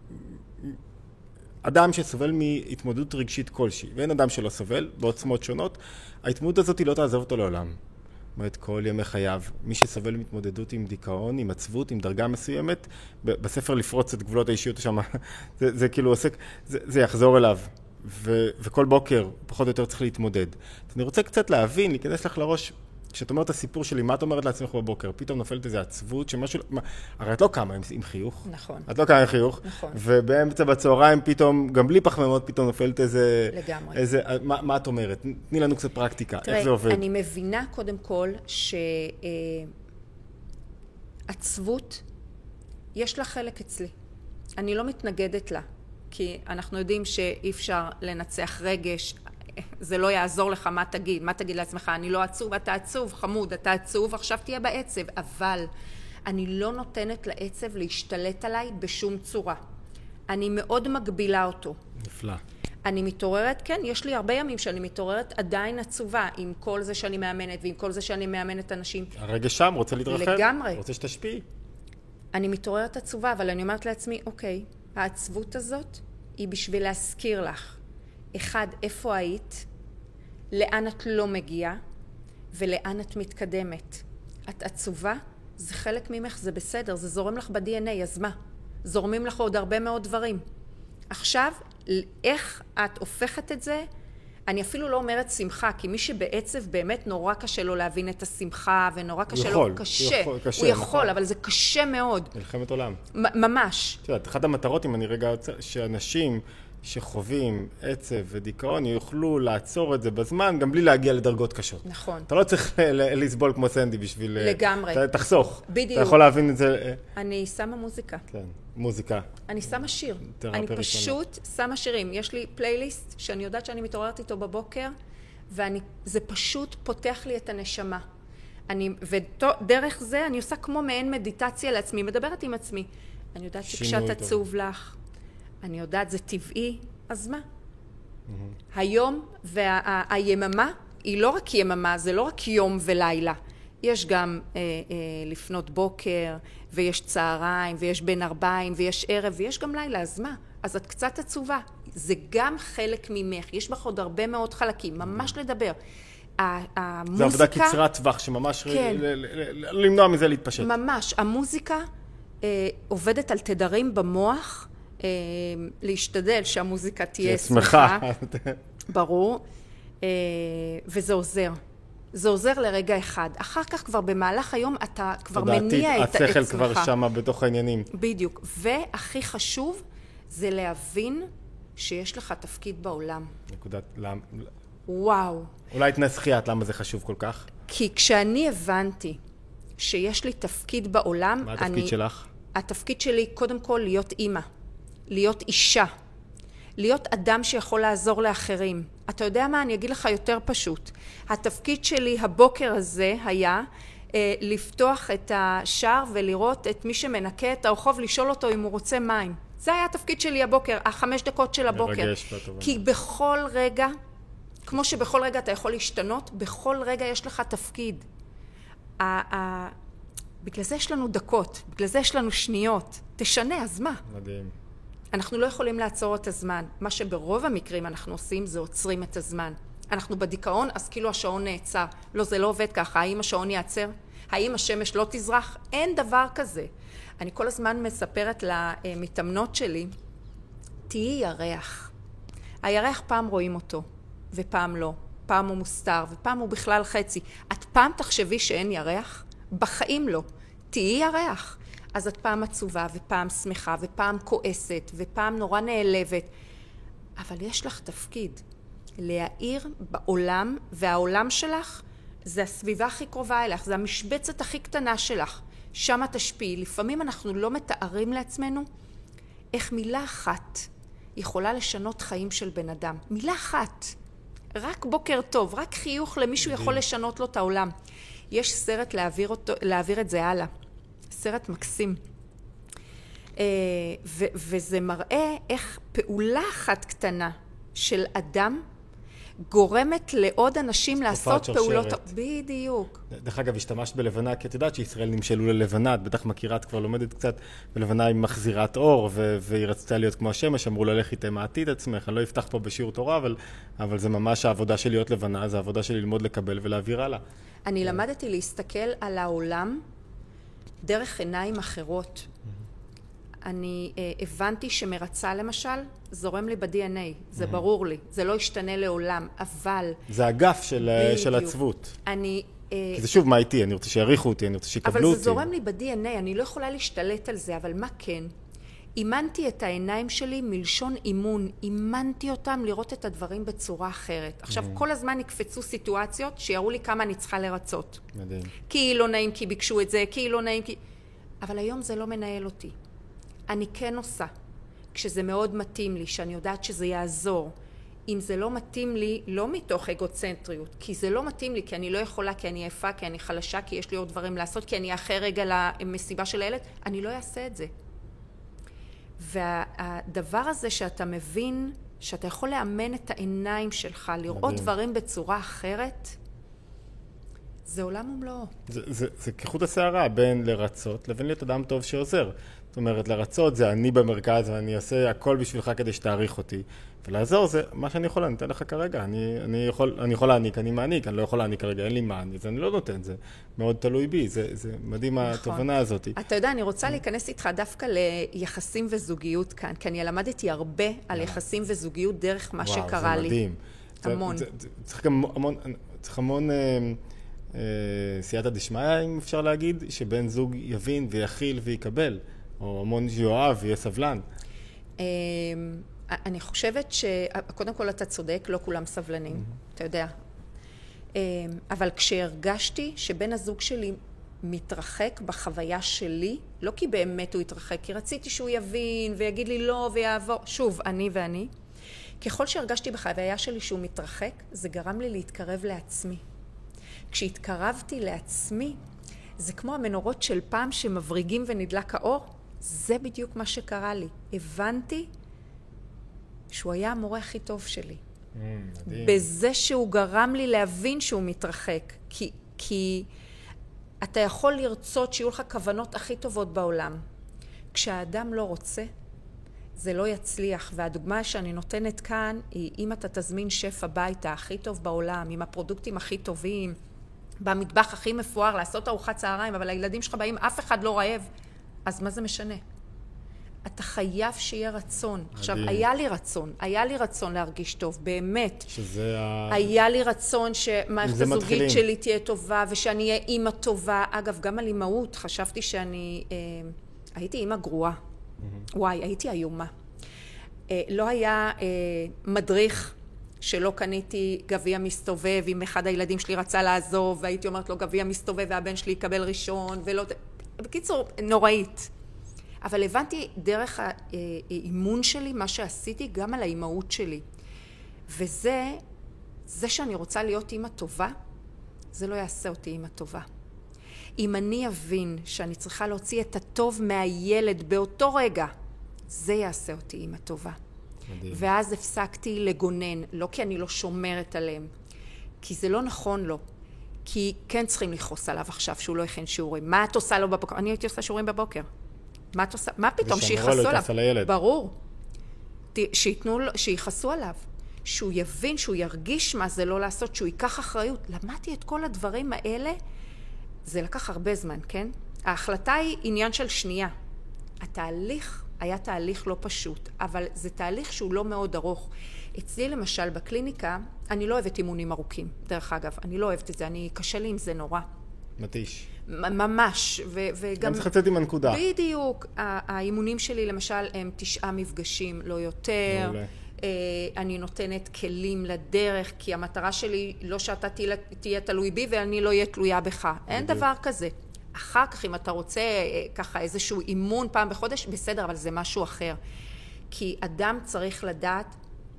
S1: אדם שסובל מהתמודדות רגשית כלשהי, ואין אדם שלא סובל, בעוצמות שונות, ההתמודדות הזאת היא לא תעזוב אותו לעולם. זאת אומרת, כל ימי חייו, מי שסובל מתמודדות עם דיכאון, עם עצבות, עם דרגה מסוימת, בספר לפרוץ את גבולות האישיות שם, זה, זה כאילו עוסק, זה, זה יחזור אליו, ו, וכל בוקר פחות או יותר צריך להתמודד. אני רוצה קצת להבין, להיכנס לך לראש, כשאת אומרת הסיפור שלי, מה את אומרת לעצמך בבוקר? פתאום נופלת איזו עצבות, שמשהו, מה, הרי את לא קמה עם, עם חיוך.
S2: נכון.
S1: את לא קמה עם חיוך.
S2: נכון.
S1: ובאמצע בצהריים פתאום, גם בלי פחמימות, פתאום נופלת איזה...
S2: לגמרי.
S1: איזה, מה, מה את אומרת? תני לנו קצת פרקטיקה,
S2: תראה,
S1: איך זה עובד?
S2: אני מבינה קודם כל שעצבות, יש לה חלק אצלי. אני לא מתנגדת לה, כי אנחנו יודעים שאי אפשר לנצח רגש, זה לא יעזור לך מה תגיד, מה תגיד לעצמך, אני לא עצוב, אתה עצוב, חמוד, אתה עצוב, עכשיו תהיה בעצב, אבל אני לא נותנת לעצב להשתלט עליי בשום צורה. אני מאוד מגבילה אותו.
S1: נפלא.
S2: אני מתעוררת, כן, יש לי הרבה ימים שאני מתעוררת עדיין עצובה, עם כל זה שאני מאמנת, ועם כל זה שאני מאמנת אנשים.
S1: הרגע שם, רוצה להתרחב?
S2: לגמרי.
S1: רוצה שתשפיעי?
S2: אני מתעוררת עצובה, אבל אני אומרת לעצמי, אוקיי, העצבות הזאת היא בשביל להזכיר לך. אחד, איפה היית, לאן את לא מגיעה, ולאן את מתקדמת. את עצובה, זה חלק ממך, זה בסדר, זה זורם לך ב-די אן איי, אז מה? זורמים לך עוד הרבה מאוד דברים. עכשיו, איך את הופכת את זה? אני אפילו לא אומרת שמחה, כי מי שבעצב באמת נורא קשה לו להבין את השמחה, ונורא קשה
S1: יכול,
S2: לו, קשה.
S1: הוא יכול, קשה,
S2: הוא יכול,
S1: נכון.
S2: אבל זה קשה מאוד.
S1: מלחמת עולם.
S2: ממש.
S1: את יודעת, אחת המטרות, אם אני רגע רוצה, שאנשים שחווים עצב ודיכאון יוכלו לעצור את זה בזמן, גם בלי להגיע לדרגות קשות.
S2: נכון.
S1: אתה לא צריך לסבול כמו סנדי בשביל...
S2: לגמרי.
S1: תחסוך.
S2: בדיוק.
S1: אתה יכול להבין את זה...
S2: אני שמה מוזיקה.
S1: כן, מוזיקה.
S2: אני שמה שיר.
S1: תרפיה
S2: אני
S1: ראשונה.
S2: פשוט שמה שירים. יש לי פלייליסט שאני יודעת שאני מתעוררת איתו בבוקר, וזה פשוט פותח לי את הנשמה. אני, ודרך זה אני עושה כמו מעין מדיטציה לעצמי, מדברת עם עצמי. אני יודעת שכשאת עצוב לך, אני יודעת זה טבעי, אז מה? היום והיממה היא לא רק יממה, זה לא רק יום ולילה. יש גם אה, אה, לפנות בוקר, ויש צהריים, ויש בין ארבעים, ויש ערב, ויש גם לילה, אז מה? אז את קצת עצובה. זה גם חלק ממך, יש בך עוד הרבה מאוד חלקים, ממש לדבר. המוזיקה...
S1: זה עבודה קצרת טווח, שממש
S2: כן.
S1: למנוע מזה להתפשט.
S2: ממש. המוזיקה אה, עובדת על תדרים במוח, אה, להשתדל שהמוזיקה תהיה שמחה. ברור. אה, וזה עוזר. זה עוזר לרגע אחד. אחר כך כבר במהלך היום אתה כבר מניע את עצמך.
S1: השכל כבר שמה בתוך העניינים.
S2: בדיוק. והכי חשוב זה להבין שיש לך תפקיד בעולם.
S1: נקודת, למה?
S2: וואו.
S1: אולי תנסחי את למה זה חשוב כל כך?
S2: כי כשאני הבנתי שיש לי תפקיד בעולם...
S1: מה התפקיד
S2: אני,
S1: שלך?
S2: התפקיד שלי קודם כל להיות אימא, להיות אישה, להיות אדם שיכול לעזור לאחרים. אתה יודע מה? אני אגיד לך יותר פשוט. התפקיד שלי הבוקר הזה היה אה, לפתוח את השער ולראות את מי שמנקה את הרחוב, לשאול אותו אם הוא רוצה מים. זה היה התפקיד שלי הבוקר, החמש דקות של הבוקר.
S1: מרגש,
S2: כי בכל רגע, כמו שבכל רגע אתה יכול להשתנות, בכל רגע יש לך תפקיד. ה- ה- בגלל זה יש לנו דקות, בגלל זה יש לנו שניות. תשנה, אז מה?
S1: מדהים.
S2: אנחנו לא יכולים לעצור את הזמן. מה שברוב המקרים אנחנו עושים זה עוצרים את הזמן. אנחנו בדיכאון, אז כאילו השעון נעצר. לא, זה לא עובד ככה. האם השעון יעצר? האם השמש לא תזרח? אין דבר כזה. אני כל הזמן מספרת למתאמנות שלי, תהיי ירח. הירח פעם רואים אותו, ופעם לא. פעם הוא מוסתר, ופעם הוא בכלל חצי. את פעם תחשבי שאין ירח? בחיים לא. תהיי ירח. אז את פעם עצובה ופעם שמחה ופעם כועסת ופעם נורא נעלבת. אבל יש לך תפקיד להאיר בעולם, והעולם שלך זה הסביבה הכי קרובה אליך, זה המשבצת הכי קטנה שלך. שם תשפיעי. לפעמים אנחנו לא מתארים לעצמנו איך מילה אחת יכולה לשנות חיים של בן אדם. מילה אחת. רק בוקר טוב, רק חיוך למישהו יכול לשנות לו את העולם. יש סרט להעביר, אותו, להעביר את זה הלאה. סרט מקסים. ו- וזה מראה איך פעולה אחת קטנה של אדם גורמת לעוד אנשים לעשות פעולות. בדיוק.
S1: דרך אגב, השתמשת בלבנה, כי את יודעת שישראל נמשלו ללבנה, את בטח מכירה, את כבר לומדת קצת, בלבנה היא מחזירת אור, ו- והיא רצתה להיות כמו השמש, אמרו לה, לך איתה מעתיד עצמך, אני לא אפתח פה בשיעור תורה, אבל, אבל זה ממש העבודה של להיות לבנה, זה העבודה של ללמוד לקבל ולהעביר הלאה.
S2: אני למדתי להסתכל על העולם דרך עיניים אחרות. אני אה, הבנתי שמרצה למשל, זורם לי ב-די אן איי, זה mm-hmm. ברור לי, זה לא ישתנה לעולם, אבל...
S1: זה אגף של, של עצבות.
S2: אני... אה,
S1: כי זה שוב מה איתי, אני רוצה שיעריכו אותי, אני רוצה שיקבלו אותי.
S2: אבל זה זורם לי ב-די אן איי, אני לא יכולה להשתלט על זה, אבל מה כן? אימנתי את העיניים שלי מלשון אימון, אימנתי אותם לראות את הדברים בצורה אחרת. עכשיו, mm-hmm. כל הזמן נקפצו סיטואציות שיראו לי כמה אני צריכה לרצות.
S1: מדהים.
S2: כי לא נעים, כי ביקשו את זה, כי לא נעים, כי... אבל היום זה לא מנהל אותי. אני כן עושה, כשזה מאוד מתאים לי, שאני יודעת שזה יעזור. אם זה לא מתאים לי, לא מתוך אגוצנטריות, כי זה לא מתאים לי, כי אני לא יכולה, כי אני עייפה, כי אני חלשה, כי יש לי עוד דברים לעשות, כי אני אחרי רגע למסיבה של הילד, אני לא אעשה את זה. והדבר הזה שאתה מבין, שאתה יכול לאמן את העיניים שלך, לראות מדהים. דברים בצורה אחרת, זה עולם ומלואו. זה,
S1: זה, זה כחוט השערה בין לרצות לבין להיות אדם טוב שעוזר. זאת אומרת, לרצות זה אני במרכז ואני אעשה הכל בשבילך כדי שתעריך אותי. ולעזור זה מה שאני יכול, אני אתן לך כרגע. אני, אני, יכול, אני יכול להעניק, אני מעניק, אני לא יכול להעניק כרגע, אין לי מה, אז אני לא נותן, זה מאוד תלוי בי, זה, זה מדהים נכון. התובנה הזאת.
S2: אתה יודע, אני רוצה להיכנס איתך דווקא ליחסים וזוגיות כאן, כי אני למדתי הרבה על יחסים וזוגיות דרך מה
S1: וואו,
S2: שקרה לי.
S1: זה מדהים.
S2: המון.
S1: זה, זה, זה, צריך גם המון, צריך המון... אה, סייעתא דשמיא, אם אפשר להגיד, שבן זוג יבין ויכיל ויקבל, או המון יואב ויהיה סבלן.
S2: אני חושבת שקודם כל אתה צודק, לא כולם סבלנים, אתה יודע. אבל כשהרגשתי שבן הזוג שלי מתרחק בחוויה שלי, לא כי באמת הוא יתרחק, כי רציתי שהוא יבין ויגיד לי לא ויעבור, שוב, אני ואני, ככל שהרגשתי בחוויה שלי שהוא מתרחק, זה גרם לי להתקרב לעצמי. כשהתקרבתי לעצמי, זה כמו המנורות של פעם שמבריגים ונדלק האור, זה בדיוק מה שקרה לי. הבנתי שהוא היה המורה הכי טוב שלי. Mm, בזה שהוא גרם לי להבין שהוא מתרחק. כי, כי אתה יכול לרצות שיהיו לך כוונות הכי טובות בעולם. כשהאדם לא רוצה, זה לא יצליח. והדוגמה שאני נותנת כאן היא, אם אתה תזמין שף הביתה הכי טוב בעולם, עם הפרודוקטים הכי טובים, במטבח הכי מפואר, לעשות ארוחת צהריים, אבל הילדים שלך באים, אף אחד לא רעב, אז מה זה משנה? אתה חייב שיהיה רצון. מדהים. עכשיו, היה לי רצון, היה לי רצון להרגיש טוב, באמת.
S1: שזה ה...
S2: היה לי רצון שמערכת הזוגית שלי תהיה טובה, ושאני אהיה אימא טובה. אגב, גם על אימהות, חשבתי שאני... אה, הייתי אימא גרועה. Mm-hmm. וואי, הייתי איומה. אה, לא היה אה, מדריך שלא קניתי גביע מסתובב, אם אחד הילדים שלי רצה לעזוב, והייתי אומרת לו גביע מסתובב, והבן שלי יקבל ראשון, ולא... בקיצור, נוראית. אבל הבנתי דרך האימון שלי, מה שעשיתי, גם על האימהות שלי. וזה, זה שאני רוצה להיות אימא טובה, זה לא יעשה אותי אימא טובה. אם אני אבין שאני צריכה להוציא את הטוב מהילד באותו רגע, זה יעשה אותי אימא טובה. מדהים. ואז הפסקתי לגונן, לא כי אני לא שומרת עליהם, כי זה לא נכון לו. כי כן צריכים לכעוס עליו עכשיו שהוא לא הכין שיעורים. מה את עושה לו בבוקר? אני הייתי עושה שיעורים בבוקר. מה את עושה? מה פתאום שיחסו עליו? ברור. שיתנו, שיחסו עליו. שהוא יבין, שהוא ירגיש מה זה לא לעשות, שהוא ייקח אחריות. למדתי את כל הדברים האלה, זה לקח הרבה זמן, כן? ההחלטה היא עניין של שנייה. התהליך היה תהליך לא פשוט, אבל זה תהליך שהוא לא מאוד ארוך. אצלי למשל בקליניקה, אני לא אוהבת אימונים ארוכים, דרך אגב, אני לא אוהבת את זה, אני קשה לי עם זה נורא.
S1: מתיש.
S2: ממש, ו- וגם...
S1: גם צריך לצאת עם הנקודה.
S2: בדיוק. האימונים שלי, למשל, הם תשעה מפגשים, לא יותר.
S1: מעולה.
S2: אני נותנת כלים לדרך, כי המטרה שלי לא שאתה תהיה תלוי בי ואני לא אהיה תלויה בך. אין דבר כזה. אחר כך, אם אתה רוצה ככה איזשהו אימון פעם בחודש, בסדר, אבל זה משהו אחר. כי אדם צריך לדעת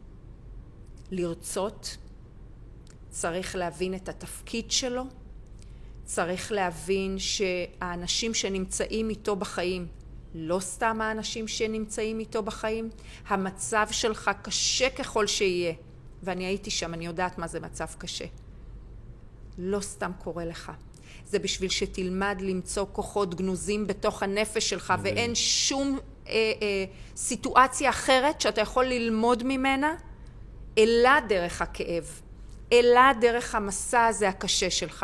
S2: לרצות, צריך להבין את התפקיד שלו, צריך להבין שהאנשים שנמצאים איתו בחיים, לא סתם האנשים שנמצאים איתו בחיים, המצב שלך קשה ככל שיהיה, ואני הייתי שם, אני יודעת מה זה מצב קשה. לא סתם קורה לך. זה בשביל שתלמד למצוא כוחות גנוזים בתוך הנפש שלך, ואין שום אה, אה, סיטואציה אחרת שאתה יכול ללמוד ממנה, אלא דרך הכאב, אלא דרך המסע הזה הקשה שלך.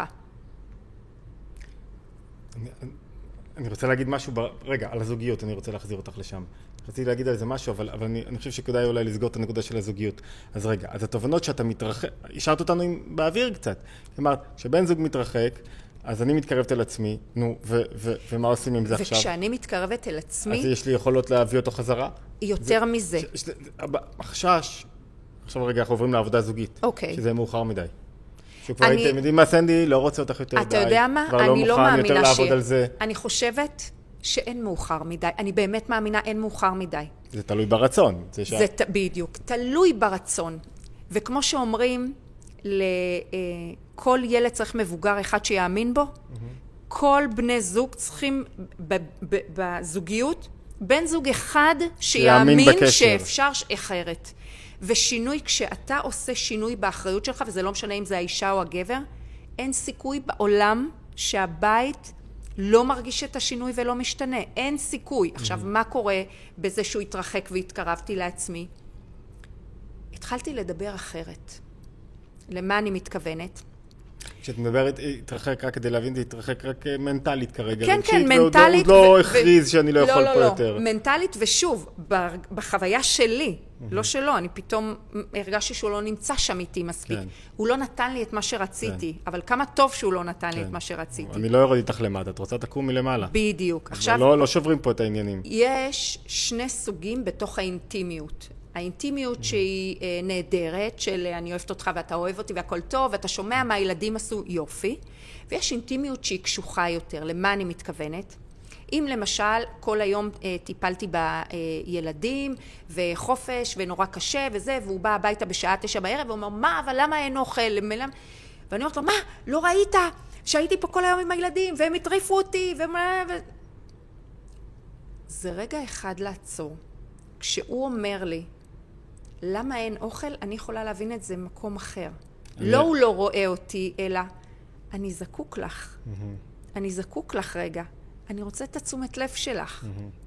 S1: אני, אני רוצה להגיד משהו, ב... רגע, על הזוגיות, אני רוצה להחזיר אותך לשם. רציתי להגיד על זה משהו, אבל, אבל אני, אני חושב שכדאי אולי לסגור את הנקודה של הזוגיות. אז רגע, אז התובנות שאתה מתרחק, השארת אותנו עם, באוויר קצת. כלומר, כשבן זוג מתרחק, אז אני מתקרבת אל עצמי, נו, ו, ו, ומה עושים עם זה עכשיו?
S2: וכשאני מתקרבת אל עצמי...
S1: אז יש לי יכולות להביא אותו חזרה?
S2: יותר
S1: זה,
S2: מזה.
S1: ש, ש, החשש, עכשיו רגע, אנחנו עוברים לעבודה זוגית.
S2: אוקיי.
S1: שזה מאוחר מדי. שכבר
S2: אני...
S1: הייתם יודעים מה, סנדי, לא רוצה אותך יותר די.
S2: אתה יודע מה?
S1: כבר לא
S2: אני לא
S1: מוכן יותר
S2: מאמינה
S1: לעבוד
S2: ש...
S1: על זה.
S2: אני חושבת שאין מאוחר מדי. אני באמת מאמינה, אין מאוחר מדי.
S1: זה תלוי ברצון. זה, ש...
S2: זה ת... בדיוק. תלוי ברצון. וכמו שאומרים, לכל ילד צריך מבוגר אחד שיאמין בו, mm-hmm. כל בני זוג צריכים ב- ב- בזוגיות, בן זוג אחד שיאמין שאפשר אחרת. ושינוי, כשאתה עושה שינוי באחריות שלך, וזה לא משנה אם זה האישה או הגבר, אין סיכוי בעולם שהבית לא מרגיש את השינוי ולא משתנה. אין סיכוי. עכשיו, מה קורה בזה שהוא התרחק והתקרבתי לעצמי? התחלתי לדבר אחרת. למה אני מתכוונת?
S1: כשאת מדברת, התרחק רק כדי להבין, זה התרחק רק מנטלית כרגע.
S2: כן, כן,
S1: מנטלית.
S2: מנטלית.
S1: ועוד לא הכריז שאני לא יכול פה יותר.
S2: לא, לא, מנטלית, ושוב, בחוויה שלי, לא שלו, אני פתאום הרגשתי שהוא לא נמצא שם איתי מספיק. הוא לא נתן לי את מה שרציתי, אבל כמה טוב שהוא לא נתן לי את מה שרציתי.
S1: אני לא יורד איתך למטה, את רוצה תקום מלמעלה.
S2: בדיוק.
S1: עכשיו, לא שוברים פה את העניינים.
S2: יש שני סוגים בתוך האינטימיות. האינטימיות שהיא נהדרת, של אני אוהבת אותך ואתה אוהב אותי והכל טוב, ואתה שומע מה הילדים עשו יופי, ויש אינטימיות שהיא קשוחה יותר. למה אני מתכוונת? אם למשל כל היום טיפלתי בילדים וחופש ונורא קשה וזה, והוא בא הביתה בשעה תשע בערב ואומר, מה, אבל למה אין אוכל? ואני אומרת לו, מה, לא ראית שהייתי פה כל היום עם הילדים והם הטריפו אותי ומה... ו... זה רגע אחד לעצור. כשהוא אומר לי, למה אין אוכל? אני יכולה להבין את זה במקום אחר. לא הוא לא רואה אותי, אלא אני זקוק לך. אני זקוק לך רגע. אני רוצה את התשומת לב שלך.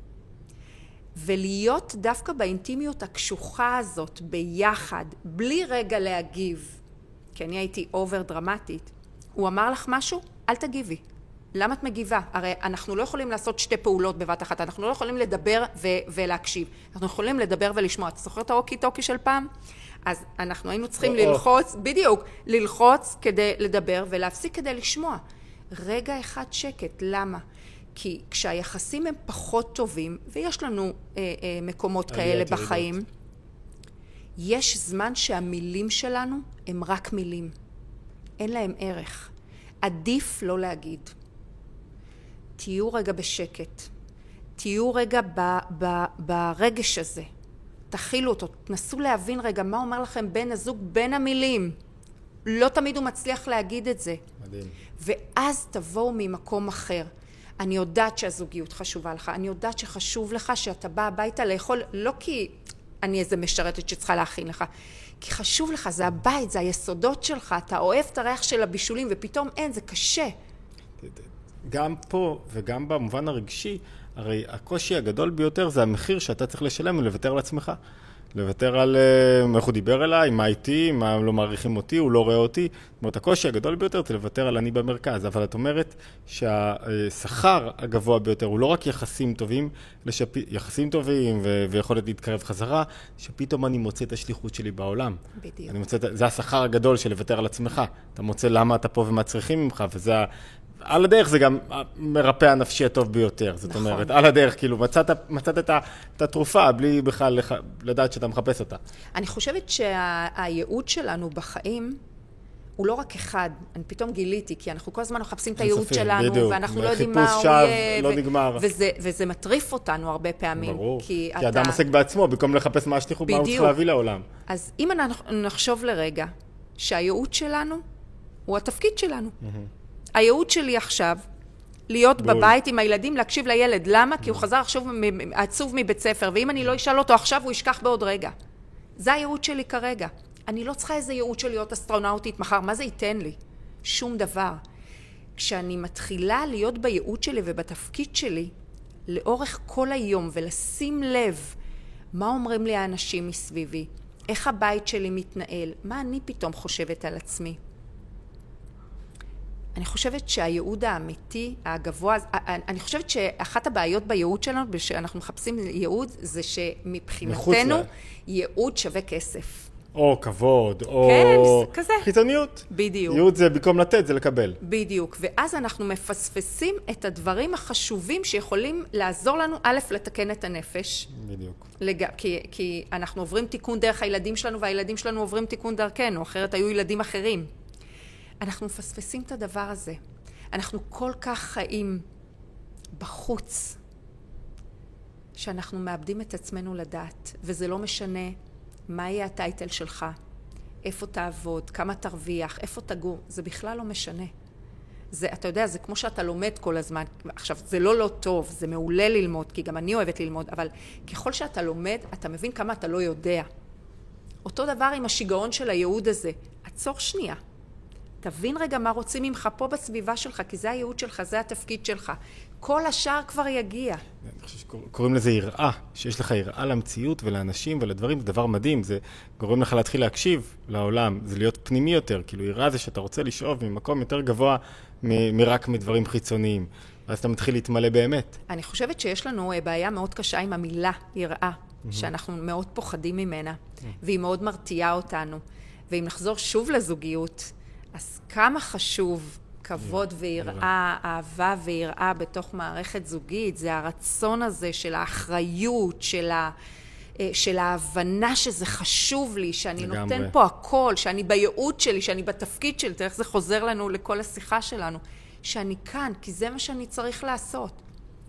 S2: ולהיות דווקא באינטימיות הקשוחה הזאת, ביחד, בלי רגע להגיב, כי אני הייתי אובר דרמטית, הוא אמר לך משהו? אל תגיבי. למה את מגיבה? הרי אנחנו לא יכולים לעשות שתי פעולות בבת אחת, אנחנו לא יכולים לדבר ו- ולהקשיב. אנחנו יכולים לדבר ולשמוע. אתה זוכר את האוקי טוקי של פעם? אז אנחנו היינו צריכים ללחוץ, בדיוק, ללחוץ כדי לדבר ולהפסיק כדי לשמוע. רגע אחד שקט, למה? כי כשהיחסים הם פחות טובים, ויש לנו אה, אה, מקומות כאלה בחיים, יש זמן שהמילים שלנו הם רק מילים. אין להם ערך. עדיף לא להגיד. תהיו רגע בשקט. תהיו רגע ב, ב, ברגש הזה. תכילו אותו. תנסו להבין רגע מה אומר לכם בין הזוג, בין המילים. לא תמיד הוא מצליח להגיד את זה.
S1: מדהים.
S2: ואז תבואו ממקום אחר. אני יודעת שהזוגיות חשובה לך. אני יודעת שחשוב לך שאתה בא הביתה לאכול, לא כי אני איזה משרתת שצריכה להכין לך, כי חשוב לך, זה הבית, זה היסודות שלך, אתה אוהב את הריח של הבישולים, ופתאום אין, זה קשה.
S1: גם פה וגם במובן הרגשי, הרי הקושי הגדול ביותר זה המחיר שאתה צריך לשלם ולוותר על עצמך. לוותר על איך הוא דיבר אליי, מה איתי, מה לא מעריכים אותי, הוא לא רואה אותי. זאת אומרת, הקושי הגדול ביותר זה לוותר על אני במרכז. אבל את אומרת שהשכר הגבוה ביותר הוא לא רק יחסים טובים, אלא יחסים טובים ו- ויכולת להתקרב חזרה, שפתאום אני מוצא את השליחות שלי בעולם.
S2: בדיוק.
S1: אני מוצא, זה השכר הגדול של לוותר על עצמך. אתה מוצא למה אתה פה ומה צריכים ממך, וזה, על הדרך זה גם מרפא הנפשי הטוב ביותר, זאת
S2: נכון.
S1: אומרת, על הדרך, כאילו, מצאת, מצאת את, ה, את התרופה בלי בכלל לח, לדעת שאתה מחפש אותה.
S2: אני חושבת שהייעוד שלנו בחיים הוא לא רק אחד, אני פתאום גיליתי, כי אנחנו כל הזמן מחפשים את הייעוד שלנו,
S1: בדיוק.
S2: ואנחנו לא יודעים מה הוא
S1: שווא,
S2: יהיה,
S1: לא
S2: ו-
S1: נגמר.
S2: וזה, וזה מטריף אותנו הרבה פעמים.
S1: ברור,
S2: כי,
S1: כי
S2: אתה...
S1: אדם עוסק בעצמו, במקום לחפש מה השליחות, מה הוא צריך להביא לעולם.
S2: אז אם אנחנו נחשוב לרגע, שהייעוד שלנו הוא התפקיד שלנו. הייעוד שלי עכשיו, להיות בבית עם הילדים, להקשיב לילד. למה? כי הוא חזר עכשיו עצוב מבית ספר, ואם אני לא אשאל אותו עכשיו, הוא ישכח בעוד רגע. זה הייעוד שלי כרגע. אני לא צריכה איזה ייעוד של להיות אסטרונאוטית מחר. מה זה ייתן לי? שום דבר. כשאני מתחילה להיות בייעוד שלי ובתפקיד שלי, לאורך כל היום, ולשים לב מה אומרים לי האנשים מסביבי, איך הבית שלי מתנהל, מה אני פתאום חושבת על עצמי. אני חושבת שהייעוד האמיתי, הגבוה, אני חושבת שאחת הבעיות בייעוד שלנו, שאנחנו מחפשים ייעוד, זה שמבחינתנו ייעוד שווה כסף.
S1: או כבוד, או
S2: כן, כזה.
S1: חיצוניות.
S2: בדיוק.
S1: ייעוד זה במקום לתת, זה לקבל.
S2: בדיוק. ואז אנחנו מפספסים את הדברים החשובים שיכולים לעזור לנו, א', לתקן את הנפש.
S1: בדיוק.
S2: לג... כי, כי אנחנו עוברים תיקון דרך הילדים שלנו, והילדים שלנו עוברים תיקון דרכנו, אחרת היו ילדים אחרים. אנחנו מפספסים את הדבר הזה. אנחנו כל כך חיים בחוץ, שאנחנו מאבדים את עצמנו לדעת, וזה לא משנה מה יהיה הטייטל שלך, איפה תעבוד, כמה תרוויח, איפה תגור, זה בכלל לא משנה. זה, אתה יודע, זה כמו שאתה לומד כל הזמן. עכשיו, זה לא לא טוב, זה מעולה ללמוד, כי גם אני אוהבת ללמוד, אבל ככל שאתה לומד, אתה מבין כמה אתה לא יודע. אותו דבר עם השיגעון של הייעוד הזה. עצור שנייה. תבין רגע מה רוצים ממך פה בסביבה שלך, כי זה הייעוד שלך, זה התפקיד שלך. כל השאר כבר יגיע.
S1: אני חושב שקוראים לזה יראה, שיש לך יראה למציאות ולאנשים ולדברים, זה דבר מדהים, זה גורם לך להתחיל להקשיב לעולם, זה להיות פנימי יותר, כאילו יראה זה שאתה רוצה לשאוב ממקום יותר גבוה מ- מרק מדברים חיצוניים, ואז אתה מתחיל להתמלא באמת.
S2: אני חושבת שיש לנו בעיה מאוד קשה עם המילה יראה, שאנחנו מאוד פוחדים ממנה, והיא מאוד מרתיעה אותנו. ואם נחזור שוב לזוגיות, אז כמה חשוב כבוד ויראה, אהבה ויראה בתוך מערכת זוגית, זה הרצון הזה של האחריות, של, ה, של ההבנה שזה חשוב לי, שאני נותן פה הכל, שאני בייעוד שלי, שאני בתפקיד שלי, תראה איך זה חוזר לנו לכל השיחה שלנו, שאני כאן, כי זה מה שאני צריך לעשות.